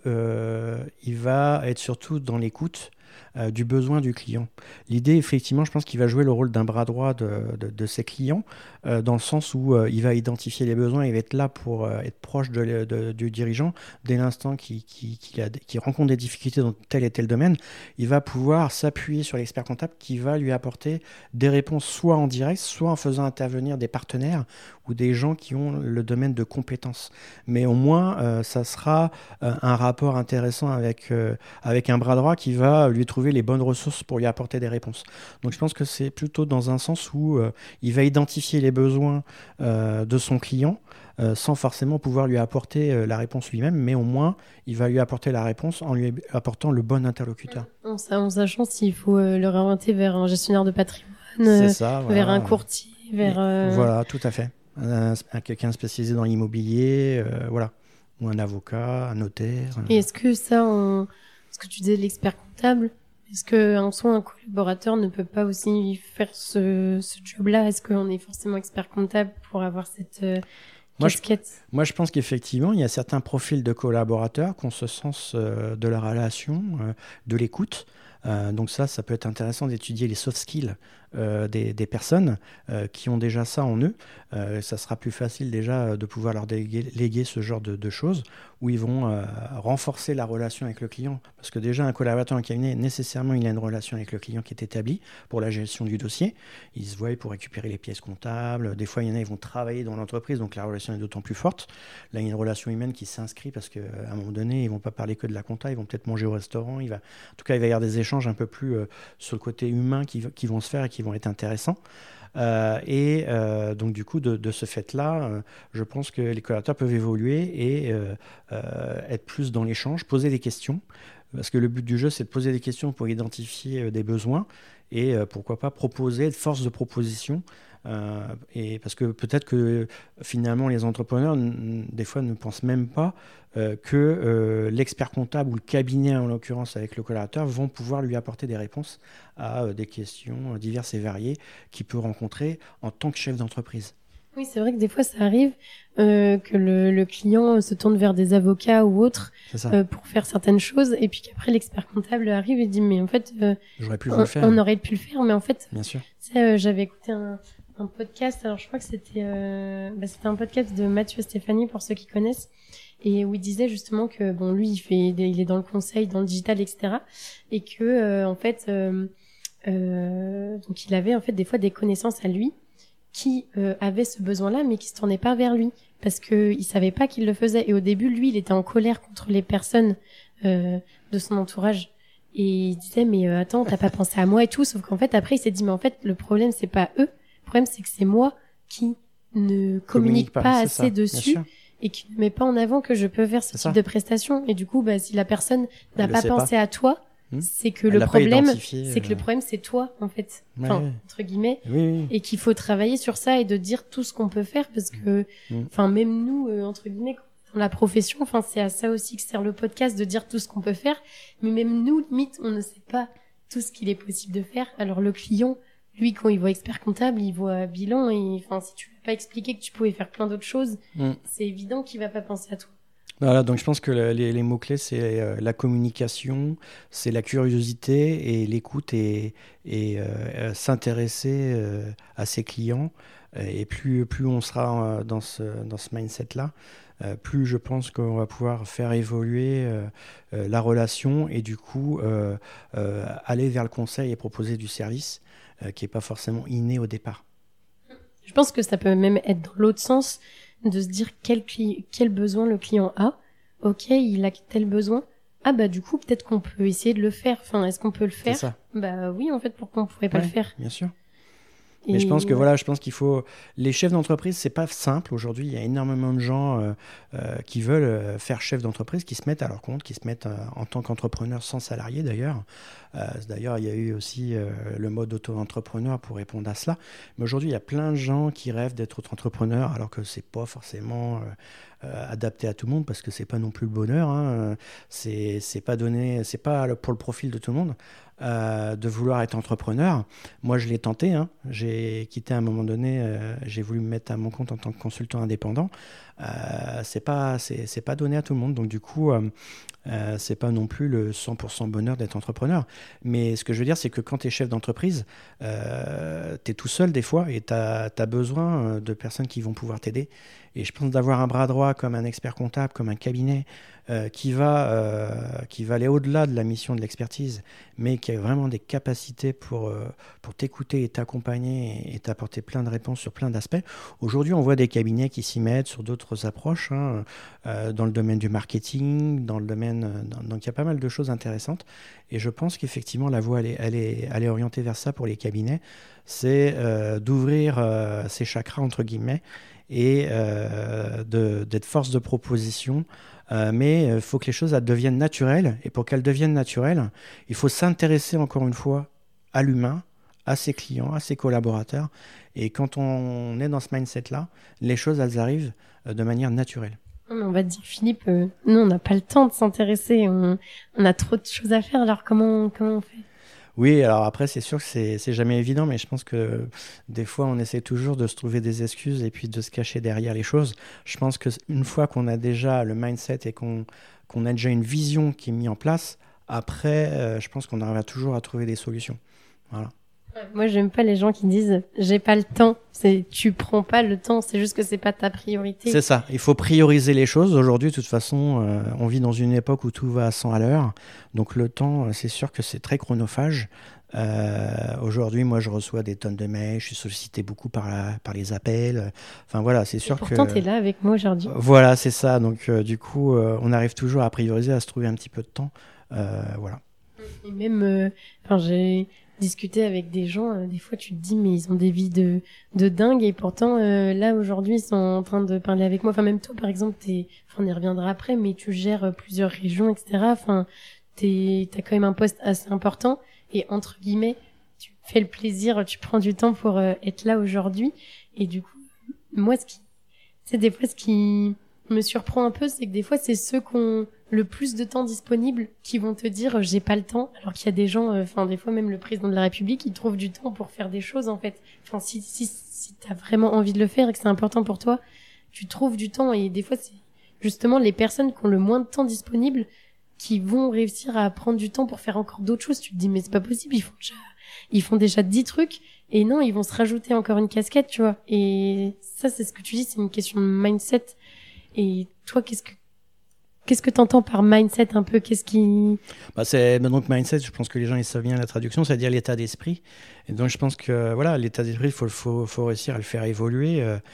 il va être surtout dans l'écoute du besoin du client. L'idée, effectivement, je pense qu'il va jouer le rôle d'un bras droit de ses clients, dans le sens où il va identifier les besoins, il va être là pour être proche du dirigeant. Dès l'instant qu'il rencontre des difficultés dans tel et tel domaine, il va pouvoir s'appuyer sur l'expert comptable qui va lui apporter des réponses soit en direct, soit en faisant intervenir des partenaires ou des gens qui ont le domaine de compétences. Mais au moins, ça sera un rapport intéressant avec un bras droit qui va lui trouver les bonnes ressources pour lui apporter des réponses. Donc je pense que c'est plutôt dans un sens où il va identifier les besoins de son client sans forcément pouvoir lui apporter la réponse lui-même, mais au moins il va lui apporter la réponse en lui apportant le bon interlocuteur.
En sachant s'il faut le réorienter vers un gestionnaire de patrimoine,
c'est ça, voilà.
vers un courtier,
Voilà, tout à fait. Quelqu'un spécialisé dans l'immobilier, voilà. Ou un avocat, un notaire.
Et est-ce que ce que tu disais de l'expert comptable, est-ce qu'en soi un collaborateur ne peut pas aussi faire ce job-là? Est-ce qu'on est forcément expert comptable pour avoir cette casquette?
Moi, je pense qu'effectivement, il y a certains profils de collaborateurs qui ont ce sens de la relation, de l'écoute. Donc ça peut être intéressant d'étudier les soft skills des personnes qui ont déjà ça en eux. Ça sera plus facile déjà de pouvoir leur léguer ce genre de choses où ils vont renforcer la relation avec le client. Parce que déjà, un collaborateur en cabinet, nécessairement, il a une relation avec le client qui est établie pour la gestion du dossier. Ils se voient pour récupérer les pièces comptables. Des fois, il y en a, ils vont travailler dans l'entreprise, donc la relation est d'autant plus forte. Là, il y a une relation humaine qui s'inscrit parce qu'à un moment donné, ils ne vont pas parler que de la compta, ils vont peut-être manger au restaurant. En tout cas, il va y avoir des échanges un peu plus sur le côté humain qui vont se faire et qui vont être intéressants. Donc du coup, de ce fait-là, je pense que les collaborateurs peuvent évoluer et être plus dans l'échange, poser des questions. Parce que le but du jeu, c'est de poser des questions pour identifier des besoins et pourquoi pas proposer, être force de proposition. Et parce que peut-être que finalement les entrepreneurs des fois ne pensent même pas que l'expert comptable ou le cabinet en l'occurrence avec le collaborateur vont pouvoir lui apporter des réponses à des questions diverses et variées qu'il peut rencontrer en tant que chef d'entreprise.
Oui, c'est vrai que des fois, ça arrive que le client se tourne vers des avocats ou autres pour faire certaines choses, et puis qu'après, l'expert comptable arrive et dit, mais en fait,
j'aurais pu vous le faire.
On aurait pu le faire, mais en fait,
bien sûr.
J'avais écouté un podcast, alors je crois que c'était un podcast de Mathieu Stéphanie, pour ceux qui connaissent, et où il disait justement que, bon, lui, il est dans le conseil, dans le digital, etc., et que, en fait, donc il avait, en fait, des fois des connaissances à lui, qui avait ce besoin-là, mais qui se tournait pas vers lui, parce que il savait pas qu'il le faisait. Et au début, lui, il était en colère contre les personnes de son entourage. Et il disait, mais attends, t'as pas pensé à moi et tout. Sauf qu'en fait, après, il s'est dit, mais en fait, le problème, c'est pas eux. Le problème, c'est que c'est moi qui ne communique pas assez dessus et qui ne met pas en avant que je peux faire ce type de prestation. Et du coup, si la personne n'a pas pensé à toi, c'est que le problème, c'est toi, en fait. Enfin, entre guillemets.
Oui.
Et qu'il faut travailler sur ça et de dire tout ce qu'on peut faire, parce que, même nous, entre guillemets, dans la profession, c'est à ça aussi que sert le podcast, de dire tout ce qu'on peut faire. Mais même nous, limite, on ne sait pas tout ce qu'il est possible de faire. Alors, le client, lui, quand il voit expert comptable, il voit bilan, et, si tu lui as pas expliqué que tu pouvais faire plein d'autres choses, c'est évident qu'il va pas penser à toi.
Voilà, donc je pense que les mots-clés, c'est la communication, c'est la curiosité et l'écoute et s'intéresser à ses clients. Et plus on sera dans ce mindset-là, plus je pense qu'on va pouvoir faire évoluer la relation et du coup aller vers le conseil et proposer du service qui n'est pas forcément inné au départ.
Je pense que ça peut même être dans l'autre sens, de se dire quel besoin le client a. Ok, il a tel besoin. Ah du coup, peut-être qu'on peut essayer de le faire. Est-ce qu'on peut le faire ?
C'est ça.
Oui, en fait, pourquoi on pourrait pas le faire ?
Bien sûr. Mais je pense que qu'il faut. Les chefs d'entreprise, c'est pas simple. Aujourd'hui, il y a énormément de gens qui veulent faire chef d'entreprise, qui se mettent à leur compte, qui se mettent en tant qu'entrepreneur sans salarié d'ailleurs. D'ailleurs, il y a eu aussi le mode auto-entrepreneur pour répondre à cela. Mais aujourd'hui, il y a plein de gens qui rêvent d'être entrepreneurs, alors que c'est pas forcément adapté à tout le monde, parce que c'est pas non plus le bonheur. C'est pas donné, c'est pas pour le profil de tout le monde. De vouloir être entrepreneur. Moi, je l'ai tenté. J'ai quitté à un moment donné. J'ai voulu me mettre à mon compte en tant que consultant indépendant. C'est pas donné à tout le monde. Donc, du coup, c'est pas non plus le 100% bonheur d'être entrepreneur. Mais ce que je veux dire, c'est que quand tu es chef d'entreprise, tu es tout seul des fois et tu as besoin de personnes qui vont pouvoir t'aider. Et je pense d'avoir un bras droit comme un expert comptable, comme un cabinet qui va aller au-delà de la mission de l'expertise, mais qui a vraiment des capacités pour t'écouter et t'accompagner et t'apporter plein de réponses sur plein d'aspects. Aujourd'hui, on voit des cabinets qui s'y mettent sur d'autres approches, dans le domaine du marketing, dans le domaine... Donc, il y a pas mal de choses intéressantes. Et je pense qu'effectivement, la voie, elle est orientée vers ça pour les cabinets. C'est d'ouvrir ses chakras, entre guillemets, et d'être force de proposition. Mais il faut que les choses deviennent naturelles. Et pour qu'elles deviennent naturelles, il faut s'intéresser encore une fois à l'humain, à ses clients, à ses collaborateurs. Et quand on est dans ce mindset-là, les choses, elles arrivent de manière naturelle.
On va te dire, Philippe, nous, on n'a pas le temps de s'intéresser. On a trop de choses à faire. Alors, comment on fait ?
Oui, alors après, c'est sûr que c'est jamais évident, mais je pense que des fois, on essaie toujours de se trouver des excuses et puis de se cacher derrière les choses. Je pense qu'une fois qu'on a déjà le mindset et qu'on a déjà une vision qui est mise en place, après, je pense qu'on arrivera toujours à trouver des solutions. Voilà.
Moi, j'aime pas les gens qui disent « j'ai pas le temps ». Tu prends pas le temps, c'est juste que c'est pas ta priorité.
C'est ça, il faut prioriser les choses. Aujourd'hui, de toute façon, on vit dans une époque où tout va à 100 à l'heure. Donc le temps, c'est sûr que c'est très chronophage. Aujourd'hui, moi, je reçois des tonnes de mails, je suis sollicité beaucoup par les appels. Enfin voilà, c'est sûr que...
Pourtant, tu es là avec moi aujourd'hui.
Voilà, c'est ça. Donc du coup, on arrive toujours à prioriser, à se trouver un petit peu de temps. Voilà.
Et même, discuter avec des gens, des fois tu te dis mais ils ont des vies de dingue et pourtant là aujourd'hui ils sont en train de parler avec moi. Enfin même toi par exemple, on y reviendra après, mais tu gères plusieurs régions, etc. Enfin t'as quand même un poste assez important et entre guillemets tu fais le plaisir, tu prends du temps pour être là aujourd'hui. Et du coup moi des fois ce qui me surprend un peu, c'est que des fois c'est ceux qui ont le plus de temps disponible qui vont te dire j'ai pas le temps, alors qu'il y a des gens, des fois même le président de la République, il trouve du temps pour faire des choses en fait. Enfin si t'as vraiment envie de le faire et que c'est important pour toi, tu trouves du temps. Et des fois c'est justement les personnes qui ont le moins de temps disponible qui vont réussir à prendre du temps pour faire encore d'autres choses. Tu te dis mais c'est pas possible, ils font déjà 10 trucs et non, ils vont se rajouter encore une casquette, tu vois. Et ça c'est ce que tu dis, c'est une question de mindset. Et toi, qu'est-ce que t'entends par mindset un peu?
Donc mindset, je pense que les gens ils savent bien la traduction, c'est-à-dire l'état d'esprit. Et donc je pense que voilà, l'état d'esprit, il faut réussir à le faire évoluer.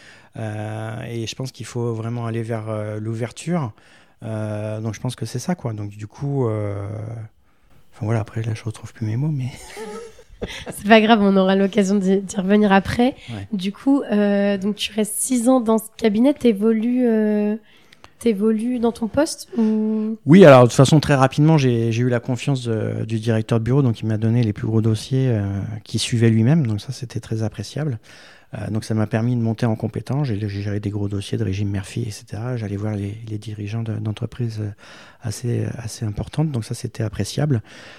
Et je pense qu'il faut vraiment aller vers l'ouverture. Donc je pense que c'est ça, quoi. Donc du coup, voilà, après là je retrouve plus mes mots, mais.
C'est pas grave, on aura l'occasion d'y revenir après.
Ouais.
Du coup, donc tu restes 6 ans dans ce cabinet, t'évolues dans ton poste ou...
Oui, alors de toute façon très rapidement, j'ai eu la confiance du directeur de bureau, donc il m'a donné les plus gros dossiers qu'il suivait lui-même, donc ça c'était très appréciable. Donc ça m'a permis de monter en compétence. J'ai géré des gros dossiers de régime Murphy, etc. J'allais voir les dirigeants d'entreprises assez importantes, donc ça c'était appréciable.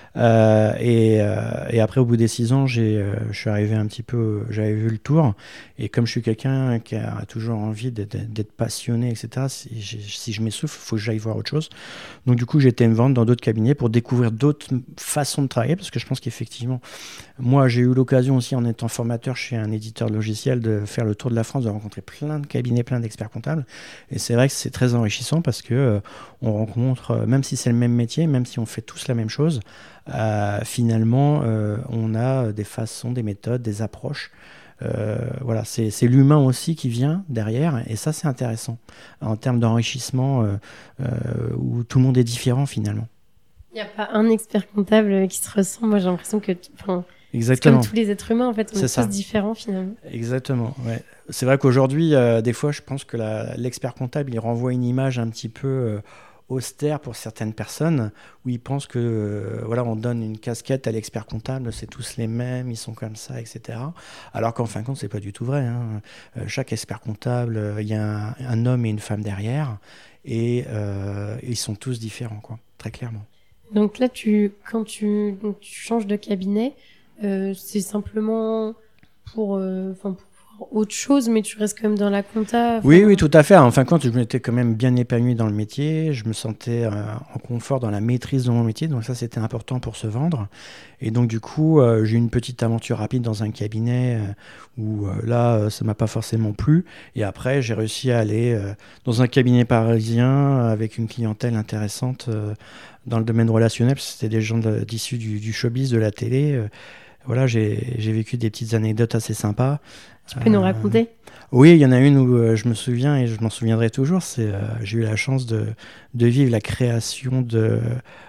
Et après, au bout des 6 ans, je suis arrivé un petit peu, j'avais vu le tour. Et comme je suis quelqu'un qui a toujours envie d'être passionné, etc., si je m'essouffle, il faut que j'aille voir autre chose. Donc du coup, j'ai été me vendre dans d'autres cabinets pour découvrir d'autres façons de travailler, parce que je pense qu'effectivement, moi, j'ai eu l'occasion aussi, en étant formateur chez un éditeur de logiciels, de faire le tour de la France, de rencontrer plein de cabinets, plein d'experts comptables. Et c'est vrai que c'est très enrichissant parce que on rencontre, même si c'est le même métier, même si on fait tous la même chose, finalement, on a des façons, des méthodes, des approches. Voilà, c'est l'humain aussi qui vient derrière, et ça, c'est intéressant en termes d'enrichissement où tout le monde est différent finalement.
Il n'y a pas un expert comptable qui se ressemble. Moi, j'ai l'impression que
Exactement.
C'est comme tous les êtres humains, en fait, on est tous différents finalement.
Exactement, ouais. C'est vrai qu'aujourd'hui, des fois, je pense que l'expert comptable, il renvoie une image un petit peu austère pour certaines personnes, où ils pensent que voilà, on donne une casquette à l'expert comptable, c'est tous les mêmes, ils sont comme ça, etc. Alors qu'en fin de compte, c'est pas du tout vrai, hein. Chaque expert comptable, il y a un homme et une femme derrière, et ils sont tous différents, quoi, très clairement.
Donc là, quand tu changes de cabinet, c'est simplement pour autre chose, mais tu restes quand même dans la compta.
Oui, tout à fait. En fin de compte, je m'étais quand même bien épanoui dans le métier. Je me sentais en confort dans la maîtrise de mon métier. Donc ça, c'était important pour se vendre. Et donc, du coup, j'ai eu une petite aventure rapide dans un cabinet où là, ça m'a pas forcément plu. Et après, j'ai réussi à aller dans un cabinet parisien avec une clientèle intéressante dans le domaine relationnel. C'était des gens d'issus du showbiz, de la télé. Voilà, j'ai vécu des petites anecdotes assez sympas.
Tu peux nous raconter ?
Oui, il y en a une où je me souviens, et je m'en souviendrai toujours, j'ai eu la chance de vivre la création de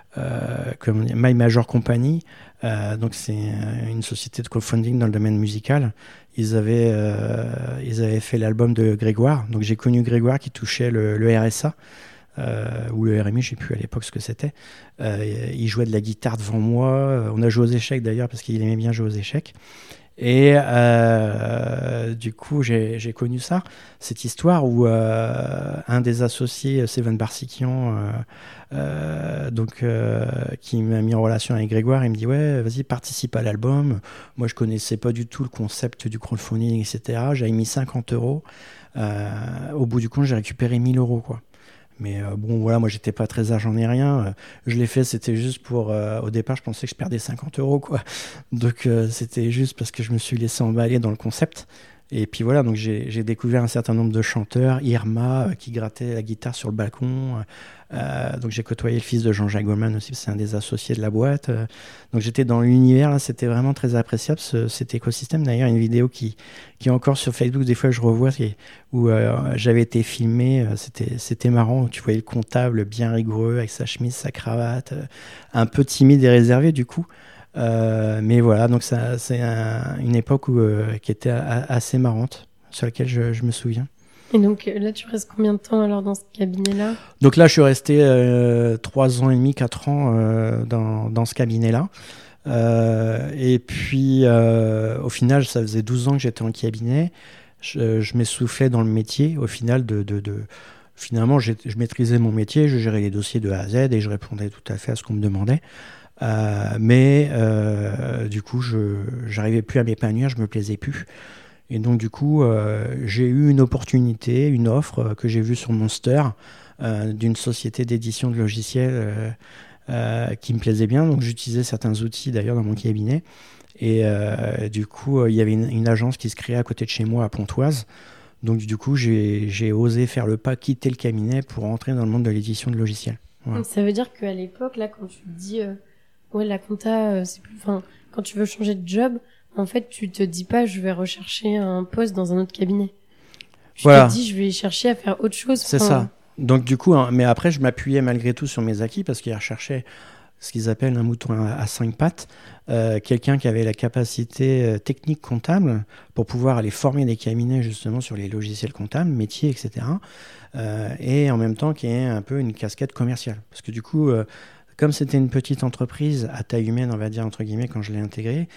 My Major Company. Donc c'est une société de crowdfunding dans le domaine musical. Ils avaient fait l'album de Grégoire. Donc j'ai connu Grégoire qui touchait le RSA. Ou le RMI, je ne sais plus à l'époque ce que c'était. Il jouait de la guitare devant moi. On a joué aux échecs d'ailleurs parce qu'il aimait bien jouer aux échecs. Et du coup, j'ai connu ça, cette histoire où un des associés, Seven Barsikian, qui m'a mis en relation avec Grégoire, il me dit ouais, vas-y, participe à l'album. Moi, je connaissais pas du tout le concept du crowdfunding, etc. J'avais mis 50 €. Au bout du compte, j'ai récupéré 1 000 €, quoi. Mais bon, voilà, moi, j'étais pas très argent ni rien. Je l'ai fait, c'était juste pour... au départ, je pensais que je perdais 50 €, quoi. Donc, c'était juste parce que je me suis laissé emballer dans le concept. Et puis voilà, donc j'ai découvert un certain nombre de chanteurs. Irma, qui grattait la guitare sur le balcon. Donc, j'ai côtoyé le fils de Jean-Jacques Goldman aussi, c'est un des associés de la boîte. Donc, j'étais dans l'univers, là, c'était vraiment très appréciable, cet écosystème. D'ailleurs, une vidéo qui est encore sur Facebook, des fois, je revois, où j'avais été filmé. C'était marrant. Tu voyais le comptable bien rigoureux, avec sa chemise, sa cravate, un peu timide et réservé, du coup. Mais voilà, donc c'est une époque qui était assez marrante, sur laquelle je me souviens.
Et donc là, tu restes combien de temps alors dans ce cabinet-là ?
Donc là, je suis resté 3 ans et demi, 4 ans dans ce cabinet-là. Et puis, au final, ça faisait 12 ans que j'étais en cabinet. Je m'essoufflais dans le métier. Au final, finalement, je maîtrisais mon métier, je gérais les dossiers de A à Z et je répondais tout à fait à ce qu'on me demandait. Mais du coup, je n'arrivais plus à m'épanouir, je me plaisais plus. Et donc, du coup, j'ai eu une opportunité, une offre que j'ai vue sur Monster d'une société d'édition de logiciels qui me plaisait bien. Donc, j'utilisais certains outils d'ailleurs dans mon cabinet. Et du coup, il y avait une agence qui se créait à côté de chez moi à Pontoise. Donc, du coup, j'ai osé faire le pas, quitter le cabinet pour entrer dans le monde de l'édition de logiciels. Voilà.
Donc, ça veut dire qu'à l'époque, là, quand tu te dis, ouais, la compta, c'est plus, enfin, quand tu veux changer de job, en fait, tu te dis pas, je vais rechercher un poste dans un autre cabinet. Tu te dis, je vais chercher à faire autre chose.
C'est ça. Donc, du coup, mais après, je m'appuyais malgré tout sur mes acquis parce qu'ils recherchaient ce qu'ils appellent un mouton à 5 pattes, quelqu'un qui avait la capacité technique comptable pour pouvoir aller former des cabinets justement sur les logiciels comptables, métiers, etc. Et en même temps qui ait un peu une casquette commerciale. Parce que du coup, comme c'était une petite entreprise à taille humaine, on va dire, entre guillemets, quand je l'ai intégrée,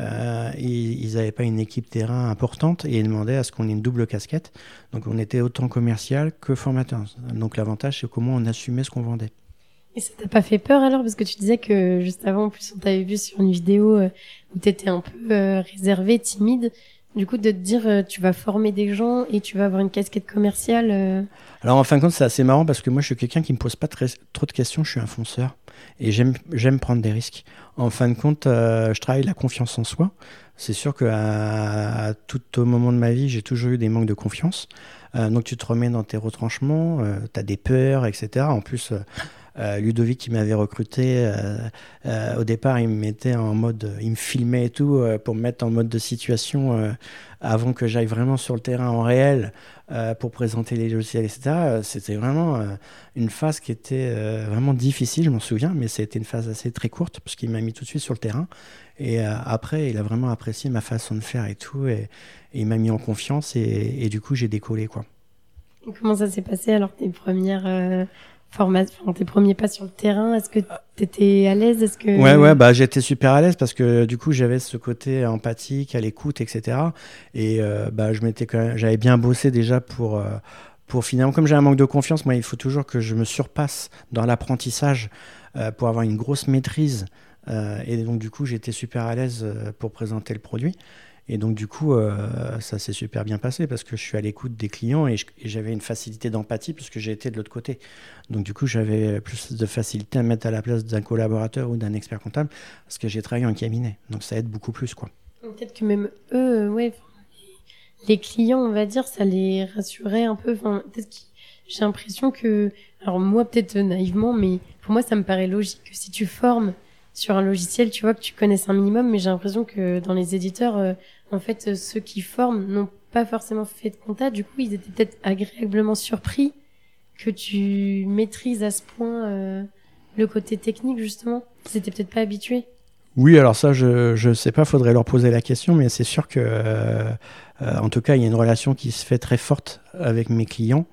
ils n'avaient pas une équipe terrain importante et ils demandaient à ce qu'on ait une double casquette. Donc on était autant commercial que formateur. Donc l'avantage, c'est comment on assumait ce qu'on vendait.
Et ça t'a pas fait peur alors? Parce que tu disais que juste avant, en plus, on t'avait vu sur une vidéo où t'étais un peu réservé, timide. Du coup, de te dire, tu vas former des gens et tu vas avoir une casquette commerciale.
Alors, en fin de compte, c'est assez marrant parce que moi, je suis quelqu'un qui me pose pas trop de questions. Je suis un fonceur et j'aime prendre des risques. En fin de compte, je travaille la confiance en soi. C'est sûr qu'à tout au moment de ma vie, j'ai toujours eu des manques de confiance. Donc, tu te remets dans tes retranchements, tu as des peurs, etc. En plus... Ludovic qui m'avait recruté au départ, il me mettait en mode, il me filmait et tout pour me mettre en mode de situation avant que j'aille vraiment sur le terrain en réel pour présenter les logiciels, etc. C'était vraiment une phase qui était vraiment difficile, je m'en souviens, mais c'était une phase assez très courte parce qu'il m'a mis tout de suite sur le terrain et après il a vraiment apprécié ma façon de faire et tout et il m'a mis en confiance et du coup j'ai décollé quoi.
Et comment ça s'est passé alors tes premières tes premiers pas sur le terrain? Est-ce que t'étais à l'aise?
Ouais, bah j'étais super à l'aise parce que du coup j'avais ce côté empathique, à l'écoute, etc. Et bah j'avais bien bossé déjà pour finalement, comme j'ai un manque de confiance, moi il faut toujours que je me surpasse dans l'apprentissage pour avoir une grosse maîtrise. Et donc du coup j'étais super à l'aise pour présenter le produit. Et donc du coup, ça s'est super bien passé parce que je suis à l'écoute des clients et j'avais une facilité d'empathie puisque j'ai été de l'autre côté. Donc du coup, j'avais plus de facilité à me mettre à la place d'un collaborateur ou d'un expert comptable parce que j'ai travaillé en cabinet. Donc ça aide beaucoup plus, quoi.
Peut-être que même eux, les clients, on va dire, ça les rassurait un peu. Enfin, j'ai l'impression que, alors moi peut-être naïvement, mais pour moi ça me paraît logique que si tu formes sur un logiciel, tu vois que tu connaisses un minimum, mais j'ai l'impression que dans les éditeurs, en fait, ceux qui forment n'ont pas forcément fait de compta. Du coup, ils étaient peut-être agréablement surpris que tu maîtrises à ce point le côté technique, justement. Ils étaient peut-être pas habitués.
Oui, alors ça, je sais pas, faudrait leur poser la question, mais c'est sûr que, en tout cas, il y a une relation qui se fait très forte avec mes clients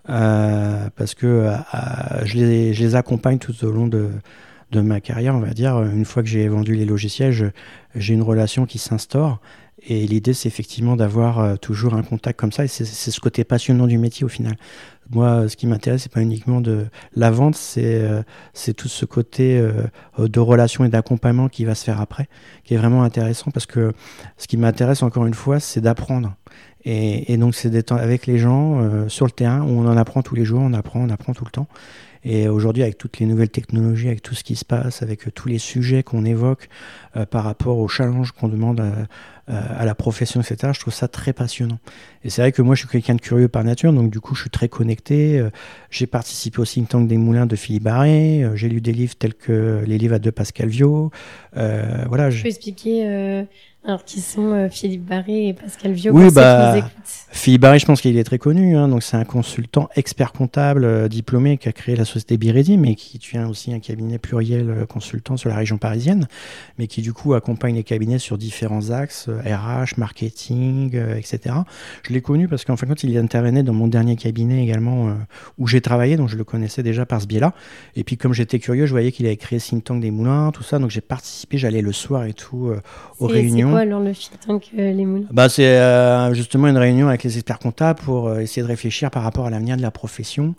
parce que je les accompagne tout au long de ma carrière, on va dire. Une fois que j'ai vendu les logiciels, j'ai une relation qui s'instaure. Et l'idée, c'est effectivement d'avoir toujours un contact comme ça. Et c'est ce côté passionnant du métier au final. Moi, ce qui m'intéresse, c'est pas uniquement de la vente, c'est tout ce côté de relation et d'accompagnement qui va se faire après, qui est vraiment intéressant parce que ce qui m'intéresse encore une fois, c'est d'apprendre. Et donc, c'est d'être avec les gens sur le terrain où on en apprend tous les jours, on apprend tout le temps. Et aujourd'hui, avec toutes les nouvelles technologies, avec tout ce qui se passe, avec tous les sujets qu'on évoque par rapport aux challenges qu'on demande à la profession, etc., je trouve ça très passionnant. Et c'est vrai que moi, je suis quelqu'un de curieux par nature, donc du coup, je suis très connecté. J'ai participé au think tank des Moulins de Philippe Barré. J'ai lu des livres tels que les livres à de Pascal Viau.
Voilà. Je peux expliquer Alors, qui sont Philippe Barré et Pascal Viau,
Oui,
pour ceux qui nous écoutent.
Philippe Barré, je pense qu'il est très connu. Donc, c'est un consultant expert comptable diplômé qui a créé la société Biredi, mais qui tient aussi un cabinet pluriel consultant sur la région parisienne, mais qui, du coup, accompagne les cabinets sur différents axes, RH, marketing, etc. Je l'ai connu parce qu'en fin de compte, il intervenait dans mon dernier cabinet également où j'ai travaillé, donc je le connaissais déjà par ce biais-là. Et puis, comme j'étais curieux, je voyais qu'il avait créé Think Tank des Moulins, tout ça, donc j'ai participé, j'allais le soir et tout aux réunions.
C'est quoi alors le Think Tank les Moulins?
C'est justement une réunion avec les experts comptables pour essayer de réfléchir par rapport à l'avenir de la profession.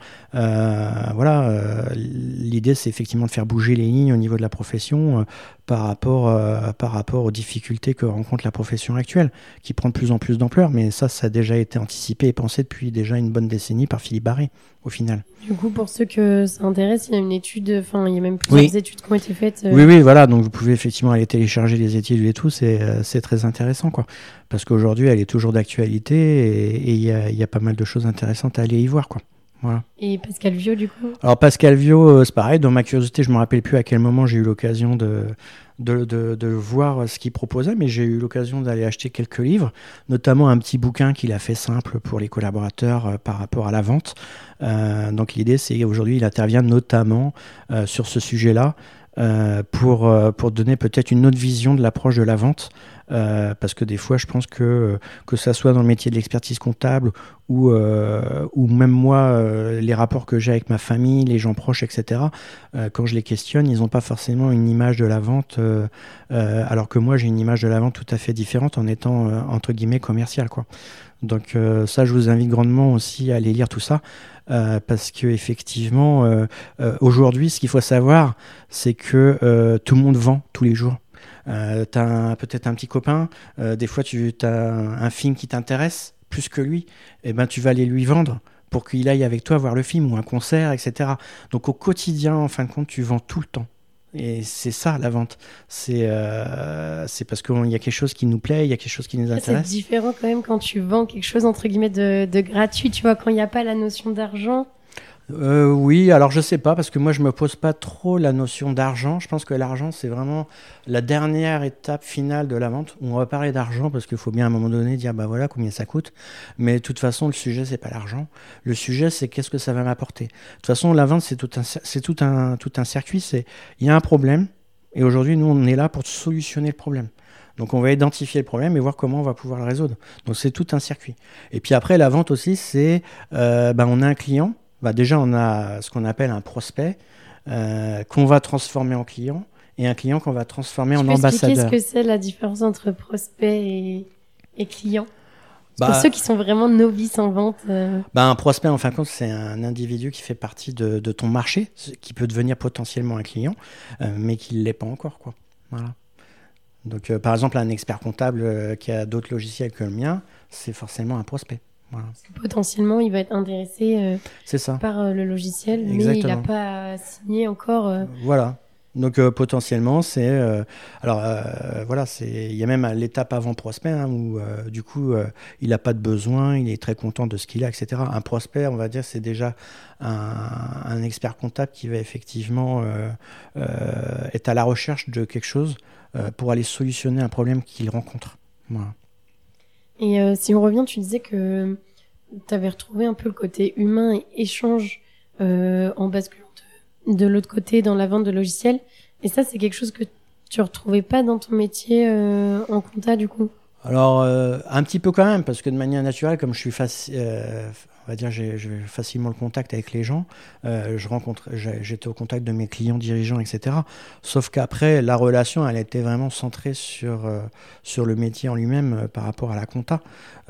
L'idée, c'est effectivement de faire bouger les lignes au niveau de la profession par rapport aux difficultés que rencontre la profession actuelle, qui prend de plus en plus d'ampleur. Mais ça a déjà été anticipé et pensé depuis déjà une bonne décennie par Philippe Barré, au final.
Du coup, pour ceux que ça intéresse, il y a une étude, il y a même plusieurs études qui ont été faites.
Oui, voilà. Donc, vous pouvez effectivement aller télécharger les études et tout. C'est très intéressant, quoi. Parce qu'aujourd'hui, elle est toujours d'actualité et il y a pas mal de choses intéressantes à aller y voir, quoi. Voilà.
Et Pascal Viau, du coup?
Alors, Pascal Viau, c'est pareil. Dans ma curiosité, je ne me rappelle plus à quel moment j'ai eu l'occasion de voir ce qu'il proposait, mais j'ai eu l'occasion d'aller acheter quelques livres, notamment un petit bouquin qu'il a fait simple pour les collaborateurs par rapport à la vente. Donc l'idée, c'est qu'aujourd'hui, il intervient notamment sur ce sujet-là pour donner peut-être une autre vision de l'approche de la vente. Parce que des fois, je pense que ça soit dans le métier de l'expertise comptable ou même moi, les rapports que j'ai avec ma famille, les gens proches, etc., quand je les questionne, ils n'ont pas forcément une image de la vente, alors que moi, j'ai une image de la vente tout à fait différente en étant, entre guillemets, commercial, quoi. Donc ça, je vous invite grandement aussi à aller lire tout ça. Parce que effectivement, aujourd'hui, ce qu'il faut savoir, c'est que tout le monde vend tous les jours. T'as peut-être un petit copain, des fois tu as un film qui t'intéresse plus que lui, et ben tu vas aller lui vendre pour qu'il aille avec toi voir le film ou un concert, etc. Donc au quotidien, en fin de compte, tu vends tout le temps. Et c'est ça la vente. C'est parce qu'il y a quelque chose qui nous plaît, il y a quelque chose qui nous intéresse.
C'est différent quand même quand tu vends quelque chose entre guillemets de gratuit, tu vois, quand il n'y a pas la notion d'argent.
Oui, alors je sais pas, parce que moi je me pose pas trop la notion d'argent. Je pense que l'argent, c'est vraiment la dernière étape finale de la vente. On va parler d'argent parce qu'il faut bien à un moment donné dire bah voilà combien ça coûte. Mais de toute façon, le sujet c'est pas l'argent. Le sujet c'est qu'est-ce que ça va m'apporter. De toute façon, la vente c'est tout un circuit. Il y a un problème et aujourd'hui nous on est là pour solutionner le problème. Donc on va identifier le problème et voir comment on va pouvoir le résoudre. Donc c'est tout un circuit. Et puis après la vente aussi c'est on a un client. Déjà, on a ce qu'on appelle un prospect qu'on va transformer en client et un client qu'on va transformer en ambassadeur.
Qu'est-ce que c'est la différence entre prospect et client? Pour ceux qui sont vraiment novices en vente.
Un prospect, en fin de compte, c'est un individu qui fait partie de ton marché, qui peut devenir potentiellement un client, mais qui ne l'est pas encore, quoi. Voilà. Donc, par exemple, un expert comptable qui a d'autres logiciels que le mien, c'est forcément un prospect. Voilà.
Potentiellement, il va être intéressé par le logiciel,
Exactement.
Mais il n'a pas signé encore.
Voilà. Donc potentiellement, c'est il y a même l'étape avant prospect où du coup il n'a pas de besoin, il est très content de ce qu'il a, etc. Un prospect, on va dire, c'est déjà un expert comptable qui va effectivement être à la recherche de quelque chose pour aller solutionner un problème qu'il rencontre. Voilà.
Et si on revient, tu disais que tu avais retrouvé un peu le côté humain et échange en basculant de l'autre côté dans la vente de logiciels. Et ça, c'est quelque chose que tu retrouvais pas dans ton métier en compta, du coup?
Alors, un petit peu quand même, parce que de manière naturelle, comme je suis on va dire, j'ai facilement le contact avec les gens. J'étais au contact de mes clients, dirigeants, etc. Sauf qu'après, la relation, elle était vraiment centrée sur le métier en lui-même par rapport à la compta.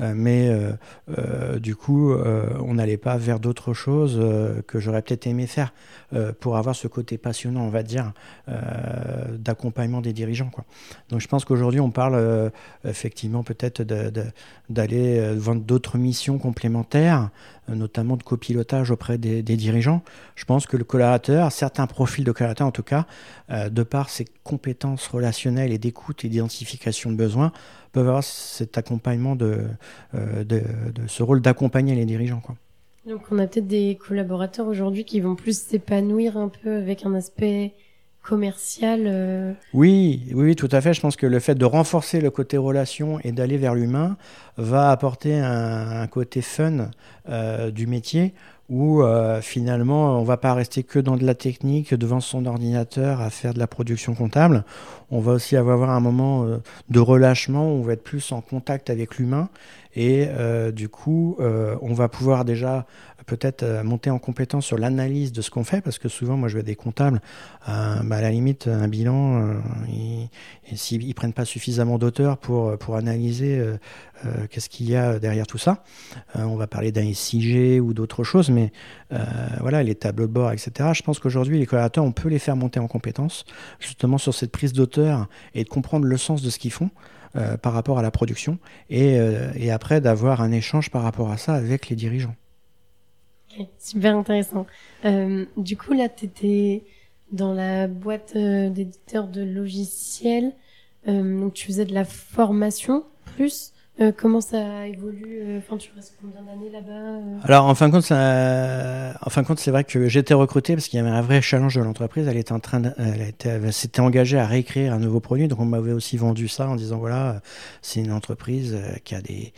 Du coup, on n'allait pas vers d'autres choses que j'aurais peut-être aimé faire pour avoir ce côté passionnant, on va dire, d'accompagnement des dirigeants, quoi. Donc, je pense qu'aujourd'hui, on parle effectivement peut-être d'aller vendre d'autres missions complémentaires, notamment de copilotage auprès des dirigeants. Je pense que le collaborateur, certains profils de collaborateurs en tout cas, de par ses compétences relationnelles et d'écoute et d'identification de besoins, peuvent avoir cet accompagnement ce rôle d'accompagner les dirigeants, quoi.
Donc on a peut-être des collaborateurs aujourd'hui qui vont plus s'épanouir un peu avec un aspect commercial.
Oui, tout à fait. Je pense que le fait de renforcer le côté relation et d'aller vers l'humain va apporter un côté fun du métier où finalement on va pas rester que dans de la technique devant son ordinateur à faire de la production comptable. On va aussi avoir un moment de relâchement où on va être plus en contact avec l'humain et du coup on va pouvoir déjà peut-être monter en compétence sur l'analyse de ce qu'on fait parce que souvent moi je vois des comptables à la limite un bilan et s'ils ne prennent pas suffisamment d'auteur pour analyser qu'est-ce qu'il y a derrière tout ça. On va parler d'un SIG ou d'autres choses, mais voilà, les tableaux de bord, etc. Je pense qu'aujourd'hui, les collaborateurs, on peut les faire monter en compétences, justement sur cette prise d'auteur et de comprendre le sens de ce qu'ils font par rapport à la production, et après d'avoir un échange par rapport à ça avec les dirigeants.
Okay, super intéressant. Du coup, là, tu étais dans la boîte d'éditeurs de logiciels, donc tu faisais de la formation plus. Comment ça évolue? Enfin, tu restes combien d'années là-bas?
Alors, en fin de compte, c'est vrai que j'ai été recruté parce qu'il y avait un vrai challenge de l'entreprise. Elle s'était engagée à réécrire un nouveau produit. Donc, on m'avait aussi vendu ça en disant, voilà, c'est une entreprise qui a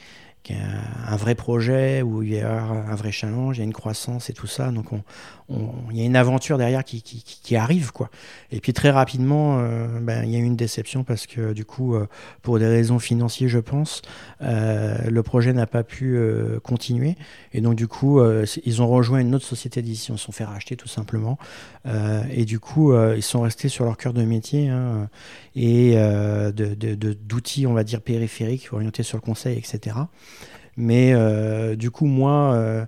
un vrai projet où il y a un vrai challenge, il y a une croissance et tout ça. Donc, il y a une aventure derrière qui arrive, quoi. Et puis, très rapidement, il y a eu une déception parce que, du coup, pour des raisons financières, je pense, le projet n'a pas pu continuer. Et donc, du coup, ils ont rejoint une autre société d'édition. Ils se sont fait racheter, tout simplement. Et du coup, ils sont restés sur leur cœur de métier et d'outils, on va dire, périphériques, orientés sur le conseil, etc. Mais du coup, moi,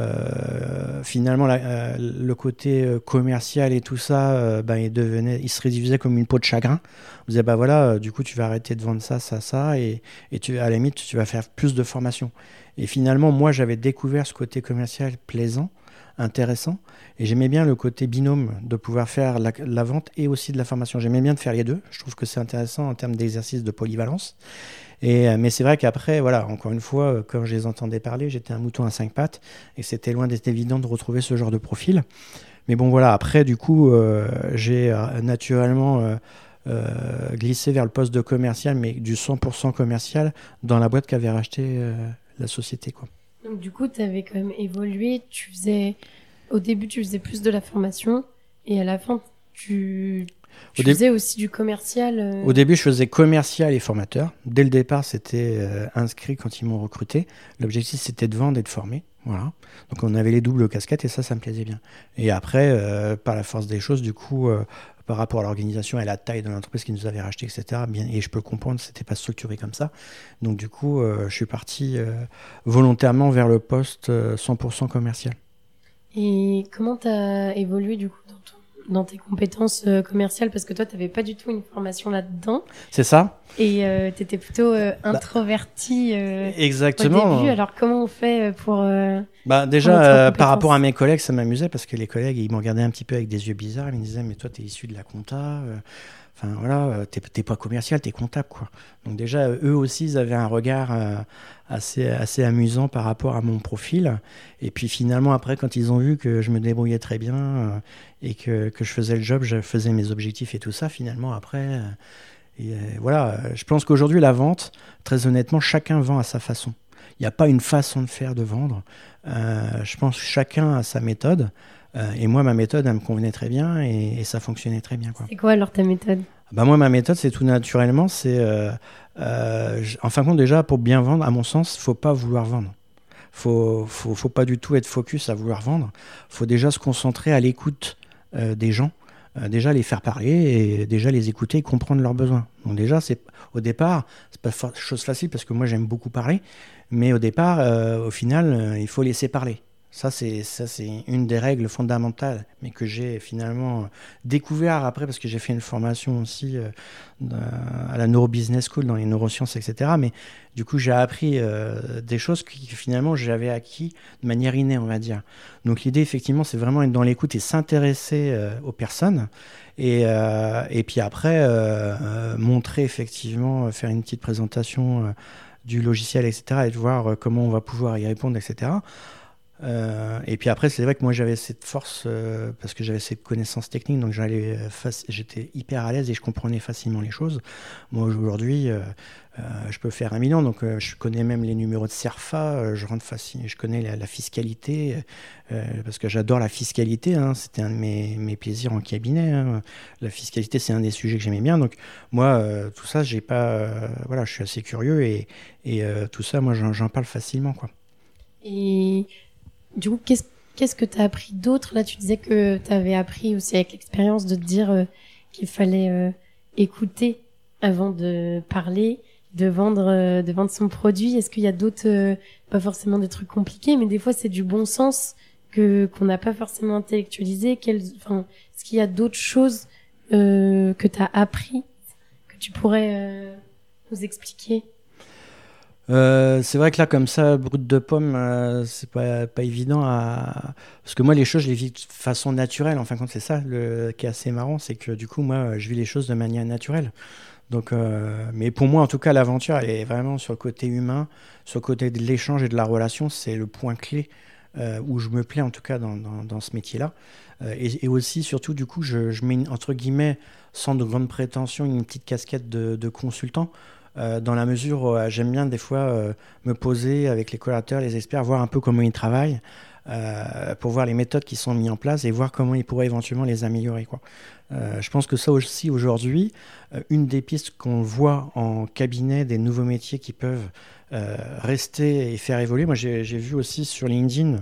finalement, le côté commercial et tout ça, il se réduisait comme une peau de chagrin. On disait, voilà, du coup, tu vas arrêter de vendre ça, et à la limite, tu vas faire plus de formation. Et finalement, moi, j'avais découvert ce côté commercial plaisant, intéressant, et j'aimais bien le côté binôme de pouvoir faire la vente et aussi de la formation. J'aimais bien de faire les deux. Je trouve que c'est intéressant en termes d'exercice de polyvalence. Mais c'est vrai qu'après, voilà, encore une fois, quand je les entendais parler, j'étais un mouton à 5 pattes et c'était loin d'être évident de retrouver ce genre de profil. Mais bon, voilà, après, du coup, j'ai naturellement glissé vers le poste de commercial, mais du 100% commercial dans la boîte qu'avait racheté la société, quoi.
Donc, du coup, tu avais quand même évolué. Au début, tu faisais plus de la formation et à la fin, tu faisais aussi du commercial.
Au début, je faisais commercial et formateur. Dès le départ, c'était inscrit quand ils m'ont recruté. L'objectif, c'était de vendre et de former. Voilà. Donc, on avait les doubles casquettes et ça me plaisait bien. Et après, par la force des choses, du coup, par rapport à l'organisation et à la taille de l'entreprise qui nous avait racheté, etc., et je peux comprendre, c'était pas structuré comme ça. Donc, du coup, je suis parti volontairement vers le poste 100% commercial.
Et comment tu as évolué, du coup, dans tes compétences commerciales, parce que toi, tu n'avais pas du tout une formation là-dedans.
C'est ça.
Et tu étais plutôt introverti
exactement.
Au début. Alors, comment on fait pour...
déjà, par rapport à mes collègues, ça m'amusait, parce que les collègues, ils me regardaient un petit peu avec des yeux bizarres. Ils me disaient, mais toi, tu es issu de la compta. Enfin, voilà, t'es pas commercial, t'es comptable, quoi. Donc déjà, eux aussi, ils avaient un regard assez amusant par rapport à mon profil. Et puis finalement, après, quand ils ont vu que je me débrouillais très bien et que je faisais le job, je faisais mes objectifs et tout ça, finalement, après... voilà, je pense qu'aujourd'hui, la vente, très honnêtement, chacun vend à sa façon. Il n'y a pas une façon de faire de vendre. Je pense que chacun a sa méthode. Et moi, ma méthode, elle me convenait très bien et ça fonctionnait très bien, quoi.
C'est quoi alors ta méthode ?
Moi, ma méthode, c'est tout naturellement. En fin de compte, déjà, pour bien vendre, à mon sens, il ne faut pas vouloir vendre. Faut pas du tout être focus à vouloir vendre. Il faut déjà se concentrer à l'écoute des gens. Déjà les faire parler et déjà les écouter et comprendre leurs besoins. Donc déjà, au départ, c'est pas chose facile parce que moi, j'aime beaucoup parler. Mais au départ, au final, il faut laisser parler. Ça, c'est une des règles fondamentales, mais que j'ai finalement découvert après, parce que j'ai fait une formation aussi à la Neuro Business School, dans les neurosciences, etc. Mais du coup, j'ai appris des choses que finalement, j'avais acquis de manière innée, on va dire. Donc l'idée, effectivement, c'est vraiment être dans l'écoute et s'intéresser aux personnes. Et puis après, montrer, effectivement, faire une petite présentation du logiciel, etc. et de voir comment on va pouvoir y répondre, etc. Et puis après, c'est vrai que moi j'avais cette force parce que j'avais cette connaissance technique, donc j'étais hyper à l'aise et je comprenais facilement les choses. Moi aujourd'hui, je peux faire 1 million, donc je connais même les numéros de CERFA, je connais la fiscalité, parce que j'adore la fiscalité, hein, c'était un de mes plaisirs en cabinet. Hein. La fiscalité, c'est un des sujets que j'aimais bien, donc moi, tout ça, j'ai pas, voilà, je suis assez curieux et tout ça, moi j'en parle facilement, quoi.
Et du coup, qu'est-ce que tu as appris d'autre? Là, tu disais que tu avais appris aussi avec l'expérience de te dire qu'il fallait écouter avant de parler, de vendre son produit. Est-ce qu'il y a d'autres, pas forcément des trucs compliqués, mais des fois c'est du bon sens qu'on n'a pas forcément intellectualisé. Est-ce qu'il y a d'autres choses que tu as appris que tu pourrais nous expliquer?
C'est vrai que là, comme ça, brut de pomme, c'est pas évident parce que moi, les choses, je les vis de façon naturelle. En fin de compte, c'est ça qui est assez marrant, c'est que du coup, moi, je vis les choses de manière naturelle. Donc, mais pour moi, en tout cas, l'aventure, elle est vraiment sur le côté humain, sur le côté de l'échange et de la relation. C'est le point clé où je me plais, en tout cas, dans ce métier-là. Et aussi, surtout, du coup, je mets, entre guillemets, sans de grandes prétentions, une petite casquette de consultant. Dans la mesure où j'aime bien des fois me poser avec les collaborateurs, les experts, voir un peu comment ils travaillent, pour voir les méthodes qui sont mises en place et voir comment ils pourraient éventuellement les améliorer, quoi. Je pense que ça aussi aujourd'hui, une des pistes qu'on voit en cabinet, des nouveaux métiers qui peuvent rester et faire évoluer. Moi j'ai vu aussi sur LinkedIn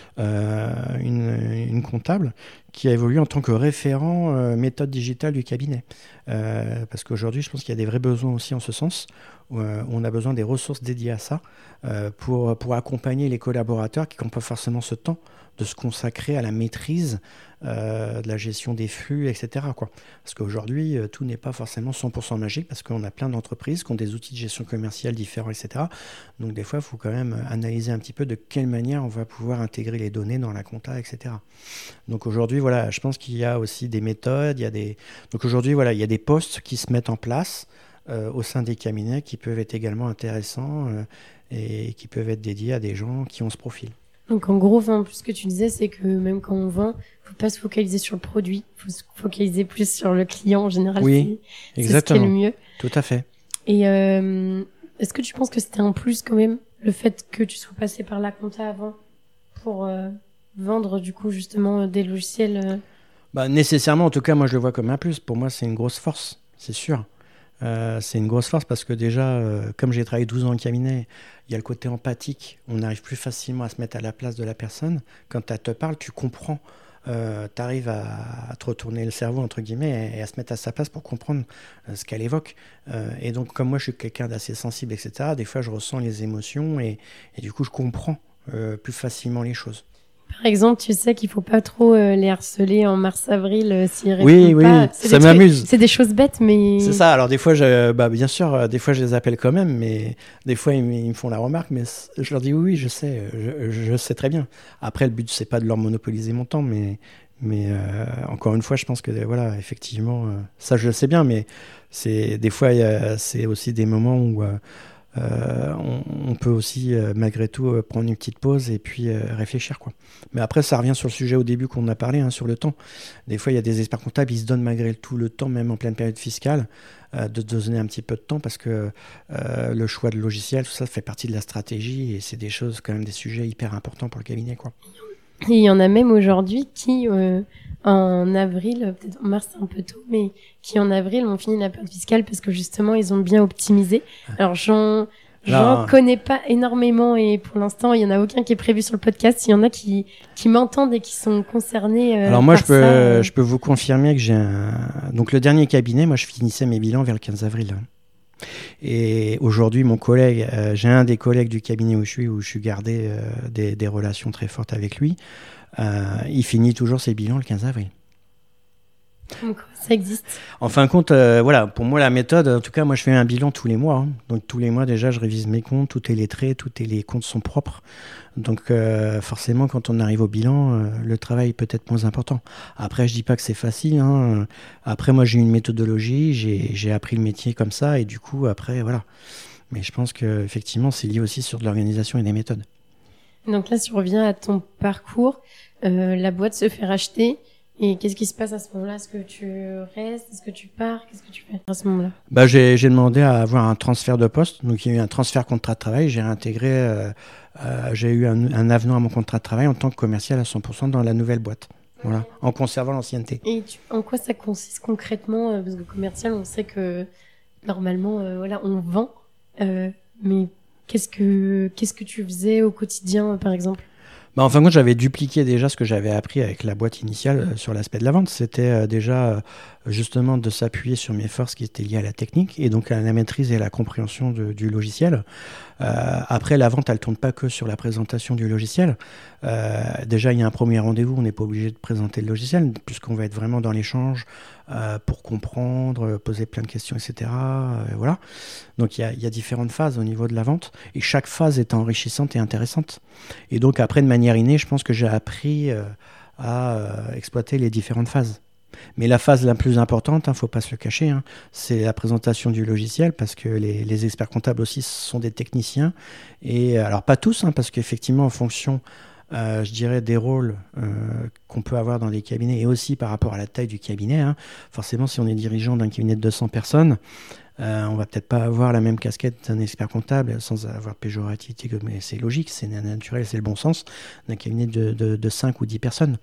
une comptable qui a évolué en tant que référent méthode digitale du cabinet. Parce qu'aujourd'hui, je pense qu'il y a des vrais besoins aussi en ce sens, où on a besoin des ressources dédiées à ça, pour accompagner les collaborateurs qui n'ont pas forcément ce temps de se consacrer à la maîtrise de la gestion des flux, etc., quoi. Parce qu'aujourd'hui, tout n'est pas forcément 100% magique, parce qu'on a plein d'entreprises qui ont des outils de gestion commerciale différents, etc. Donc des fois, il faut quand même analyser un petit peu de quelle manière on va pouvoir intégrer les données dans la compta, etc. Donc aujourd'hui, voilà, je pense qu'il y a aussi des méthodes, donc aujourd'hui, voilà, il y a des postes qui se mettent en place au sein des cabinets qui peuvent être également intéressants et qui peuvent être dédiés à des gens qui ont ce profil.
Donc en gros, ce que tu disais, c'est que même quand on vend, faut pas se focaliser sur le produit, faut se focaliser plus sur le client en général.
Oui, exactement.
C'est ce qui est le mieux.
Tout à fait.
Et est-ce que tu penses que c'était un plus quand même, le fait que tu sois passé par la compta avant pour vendre du coup justement des logiciels
Nécessairement, en tout cas, moi je le vois comme un plus. Pour moi, c'est une grosse force, c'est sûr. C'est une grosse force parce que déjà, comme j'ai travaillé 12 ans en cabinet, il y a le côté empathique. On arrive plus facilement à se mettre à la place de la personne. Quand elle te parle, tu comprends. Tu arrives à te retourner le cerveau, entre guillemets, et à se mettre à sa place pour comprendre ce qu'elle évoque. Et donc, comme moi, je suis quelqu'un d'assez sensible, etc., des fois, je ressens les émotions et du coup, je comprends plus facilement les choses.
Par exemple, tu sais qu'il faut pas trop les harceler en mars-avril s'ils répondent
pas. Oui, ça m'amuse.
C'est des choses bêtes, mais...
C'est ça. Alors des fois, bien sûr, des fois je les appelle quand même, mais des fois ils me font la remarque, mais je leur dis oui, je sais, je sais très bien. Après, le but c'est pas de leur monopoliser mon temps, mais encore une fois, je pense que voilà, effectivement, ça je le sais bien, mais c'est des fois c'est aussi des moments où on peut aussi malgré tout prendre une petite pause et puis réfléchir, quoi. Mais après ça revient sur le sujet au début qu'on a parlé, hein, sur le temps. Des fois il y a des experts comptables, ils se donnent malgré tout le temps, même en pleine période fiscale, de donner un petit peu de temps parce que le choix de logiciel, tout ça fait partie de la stratégie et c'est des choses, quand même des sujets hyper importants pour le cabinet, quoi.
Et il y en a même aujourd'hui qui en avril, peut-être en mars c'est un peu tôt, mais qui en avril ont fini la période fiscale parce que justement ils ont bien optimisé. Alors j'en connais pas énormément et pour l'instant il y en a aucun qui est prévu sur le podcast. Il y en a qui m'entendent et qui sont concernés.
Alors moi je peux vous confirmer que donc le dernier cabinet, moi je finissais mes bilans vers le 15 avril. Et aujourd'hui, mon collègue, j'ai un des collègues du cabinet où je suis gardé des relations très fortes avec lui. Il finit toujours ses bilans le 15 avril.
Donc, ça existe.
En fin de compte, voilà, pour moi la méthode, en tout cas, moi je fais un bilan tous les mois. Hein. Donc tous les mois déjà, je révise mes comptes, tout est lettré, les comptes sont propres. Donc forcément, quand on arrive au bilan, le travail peut être moins important. Après, je dis pas que c'est facile. Hein. Après, moi j'ai une méthodologie, j'ai appris le métier comme ça, et du coup, après, voilà. Mais je pense qu'effectivement, c'est lié aussi sur de l'organisation et des méthodes.
Donc là, si on revient à ton parcours, la boîte se fait racheter. Et qu'est-ce qui se passe à ce moment-là? Est-ce que tu restes? Est-ce que tu pars? Qu'est-ce que tu fais à ce moment-là?
J'ai demandé à avoir un transfert de poste. Donc, il y a eu un transfert contrat de travail. J'ai réintégré, j'ai eu un avenant à mon contrat de travail en tant que commercial à 100% dans la nouvelle boîte. Voilà, en conservant l'ancienneté.
Et en quoi ça consiste concrètement? Parce que commercial, on sait que normalement, on vend. Mais qu'est-ce que tu faisais au quotidien, par exemple?
En fin de compte, j'avais dupliqué déjà ce que j'avais appris avec la boîte initiale sur l'aspect de la vente. C'était déjà justement de s'appuyer sur mes forces qui étaient liées à la technique et donc à la maîtrise et à la compréhension du logiciel. Après, la vente, elle ne tourne pas que sur la présentation du logiciel. Déjà, il y a un premier rendez-vous, on n'est pas obligé de présenter le logiciel puisqu'on va être vraiment dans l'échange pour comprendre, poser plein de questions, etc. Voilà. Donc, il y a différentes phases au niveau de la vente et chaque phase est enrichissante et intéressante. Et donc, après, de manière innée, je pense que j'ai appris à exploiter les différentes phases. Mais la phase la plus importante, faut pas se le cacher, c'est la présentation du logiciel parce que les experts comptables aussi sont des techniciens. Et alors pas tous, parce qu'effectivement en fonction, je dirais, des rôles qu'on peut avoir dans les cabinets et aussi par rapport à la taille du cabinet, forcément si on est dirigeant d'un cabinet de 200 personnes, on va peut-être pas avoir la même casquette d'un expert comptable sans avoir péjorativité, mais c'est logique, c'est naturel, c'est le bon sens d'un cabinet de 5 ou 10 personnes.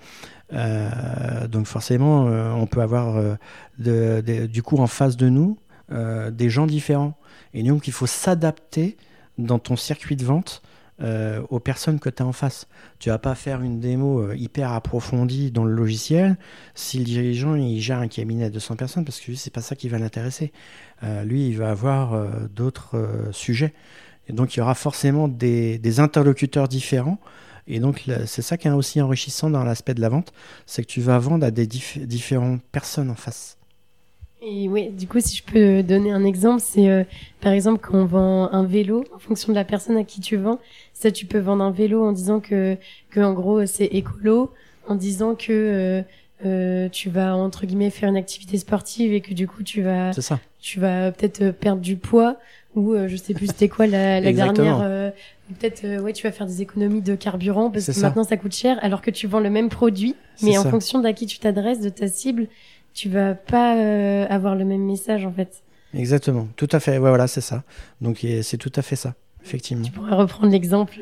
Donc forcément, on peut avoir du coup en face de nous des gens différents. Et donc il faut s'adapter dans ton circuit de vente aux personnes que tu as en face. Tu vas pas faire une démo hyper approfondie dans le logiciel si le dirigeant il gère un cabinet de 200 personnes parce que lui c'est pas ça qui va l'intéresser. Lui il va avoir d'autres sujets et donc il y aura forcément des interlocuteurs différents et donc c'est ça qui est aussi enrichissant dans l'aspect de la vente, c'est que tu vas vendre à des différentes personnes en face.
Et oui, du coup, si je peux donner un exemple, c'est par exemple quand on vend un vélo, en fonction de la personne à qui tu vends, ça tu peux vendre un vélo en disant que en gros c'est écolo, en disant que tu vas entre guillemets faire une activité sportive et que du coup tu vas peut-être perdre du poids ou je sais plus c'était quoi la dernière peut-être tu vas faire des économies de carburant parce que maintenant ça coûte cher alors que tu vends le même produit mais en fonction d'à qui tu t'adresses, de ta cible, tu vas pas avoir le même message en fait.
Exactement, tout à fait. Ouais, voilà, c'est ça. Donc c'est tout à fait ça, effectivement.
Tu pourrais reprendre l'exemple.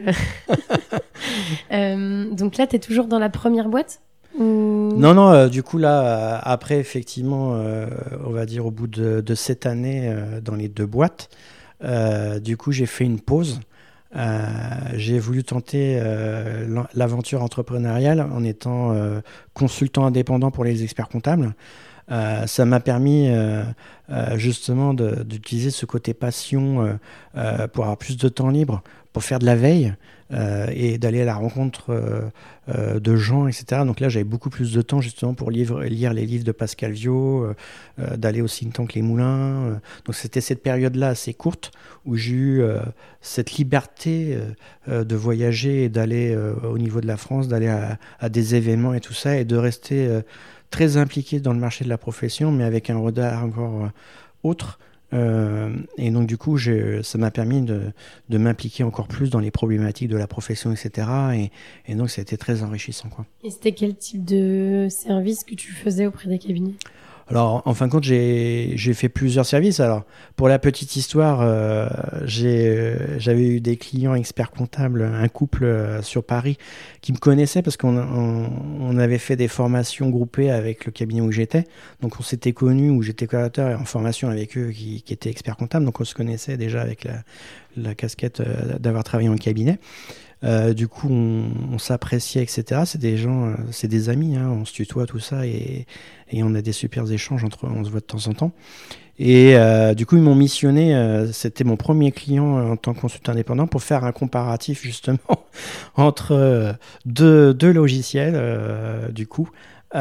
Donc là, tu es toujours dans la première boîte ou...
Non, du coup là, après effectivement, on va dire au bout de 7 années dans les 2 boîtes, du coup j'ai fait une pause. J'ai voulu tenter l'aventure entrepreneuriale en étant consultant indépendant pour les experts comptables. Ça m'a permis justement d'utiliser ce côté passion pour avoir plus de temps libre, pour faire de la veille et d'aller à la rencontre de gens, etc. Donc là, j'avais beaucoup plus de temps justement pour lire les livres de Pascal Viau, d'aller au think tank Les Moulins. Donc c'était cette période-là assez courte où j'ai eu cette liberté de voyager et d'aller au niveau de la France, d'aller à des événements et tout ça, et de rester très impliqué dans le marché de la profession, mais avec un regard encore autre. Et donc du coup, ça m'a permis de m'impliquer encore plus dans les problématiques de la profession, etc. Et donc ça a été très enrichissant, quoi.
Et c'était quel type de service que tu faisais auprès des cabinets ?
Alors, en fin de compte, j'ai fait plusieurs services. Alors, pour la petite histoire, j'avais eu des clients experts comptables, un couple sur Paris, qui me connaissaient parce qu'on avait fait des formations groupées avec le cabinet où j'étais. Donc, on s'était connus, où j'étais collaborateur et en formation avec eux qui étaient experts comptables. Donc, on se connaissait déjà avec la casquette d'avoir travaillé en cabinet. Du coup, on s'appréciait, etc. C'est des gens, c'est des amis, on se tutoie, tout ça, et on a des super échanges on se voit de temps en temps. Et du coup, ils m'ont missionné, c'était mon premier client en tant que consultant indépendant, pour faire un comparatif justement entre deux logiciels, du coup.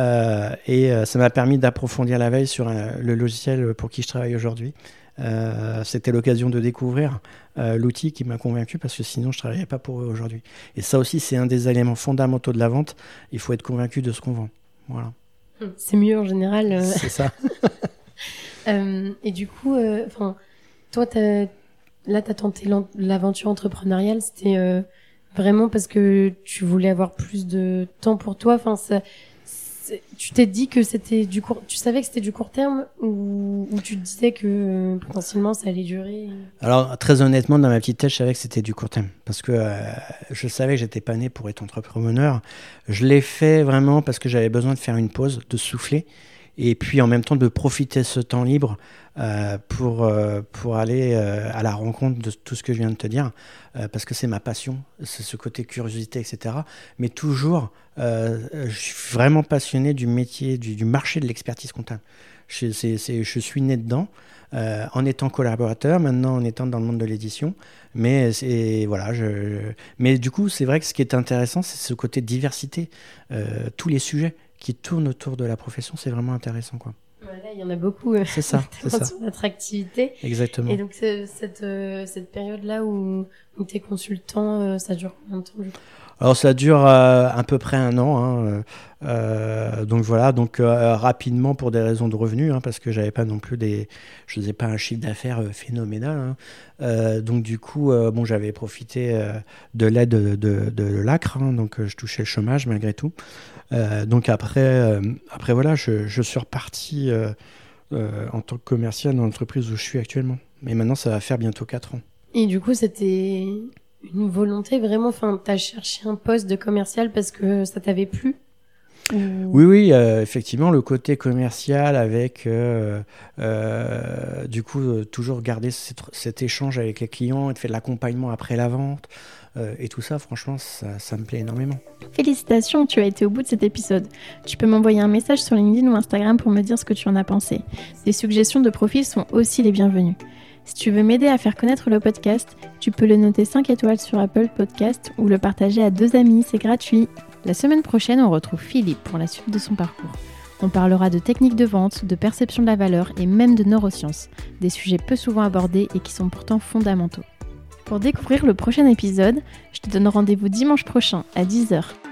Et ça m'a permis d'approfondir la veille sur le logiciel pour qui je travaille aujourd'hui. C'était l'occasion de découvrir l'outil qui m'a convaincu parce que sinon je ne travaillerais pas pour eux aujourd'hui. Et ça aussi, c'est un des éléments fondamentaux de la vente. Il faut être convaincu de ce qu'on vend. Voilà.
C'est mieux en général.
C'est ça.
Et du coup, toi, là, tu as tenté l'aventure entrepreneuriale. C'était
vraiment parce que tu voulais avoir plus de temps pour toi. Enfin, tu t'es dit que c'était tu savais que c'était du court terme ou tu te disais que potentiellement ça allait durer?
Alors, très honnêtement, dans ma petite tête, je savais que c'était du court terme. Parce que je savais que j'étais pas né pour être entrepreneur. Je l'ai fait vraiment parce que j'avais besoin de faire une pause, de souffler. Et puis, en même temps, de profiter de ce temps libre pour aller à la rencontre de tout ce que je viens de te dire. Parce que c'est ma passion, c'est ce côté curiosité, etc. Mais toujours, je suis vraiment passionné du métier, du marché de l'expertise comptable. Je suis né dedans. En étant collaborateur, maintenant en étant dans le monde de l'édition. Mais voilà, mais du coup, c'est vrai que ce qui est intéressant, c'est ce côté diversité. Tous les sujets qui tournent autour de la profession, c'est vraiment intéressant, quoi.
Voilà, il y en a beaucoup.
C'est ça, c'est ça.
Sur notre activité.
Exactement.
Et donc cette période-là où t'es consultant, ça dure combien de temps du coup?
Alors ça dure à peu près 1 an. Donc voilà, rapidement pour des raisons de revenus, parce que je faisais pas un chiffre d'affaires phénoménal. Donc du coup, j'avais profité de l'aide de l'ACRE, donc je touchais le chômage malgré tout. Donc après voilà, je suis reparti en tant que commercial dans l'entreprise où je suis actuellement. Mais maintenant, ça va faire bientôt 4 ans.
Et du coup, c'était une volonté vraiment, enfin, t'as cherché un poste de commercial parce que ça t'avait plu?
Oui, effectivement, le côté commercial avec, du coup, toujours garder cet échange avec les clients et de faire de l'accompagnement après la vente. Et tout ça, franchement, ça me plaît énormément.
Félicitations, tu as été au bout de cet épisode. Tu peux m'envoyer un message sur LinkedIn ou Instagram pour me dire ce que tu en as pensé. Des suggestions de profils sont aussi les bienvenues. Si tu veux m'aider à faire connaître le podcast, tu peux le noter 5 étoiles sur Apple Podcast ou le partager à 2 amis, c'est gratuit. La semaine prochaine, on retrouve Philippe pour la suite de son parcours. On parlera de techniques de vente, de perception de la valeur et même de neurosciences, des sujets peu souvent abordés et qui sont pourtant fondamentaux. Pour découvrir le prochain épisode, je te donne rendez-vous dimanche prochain à 10h.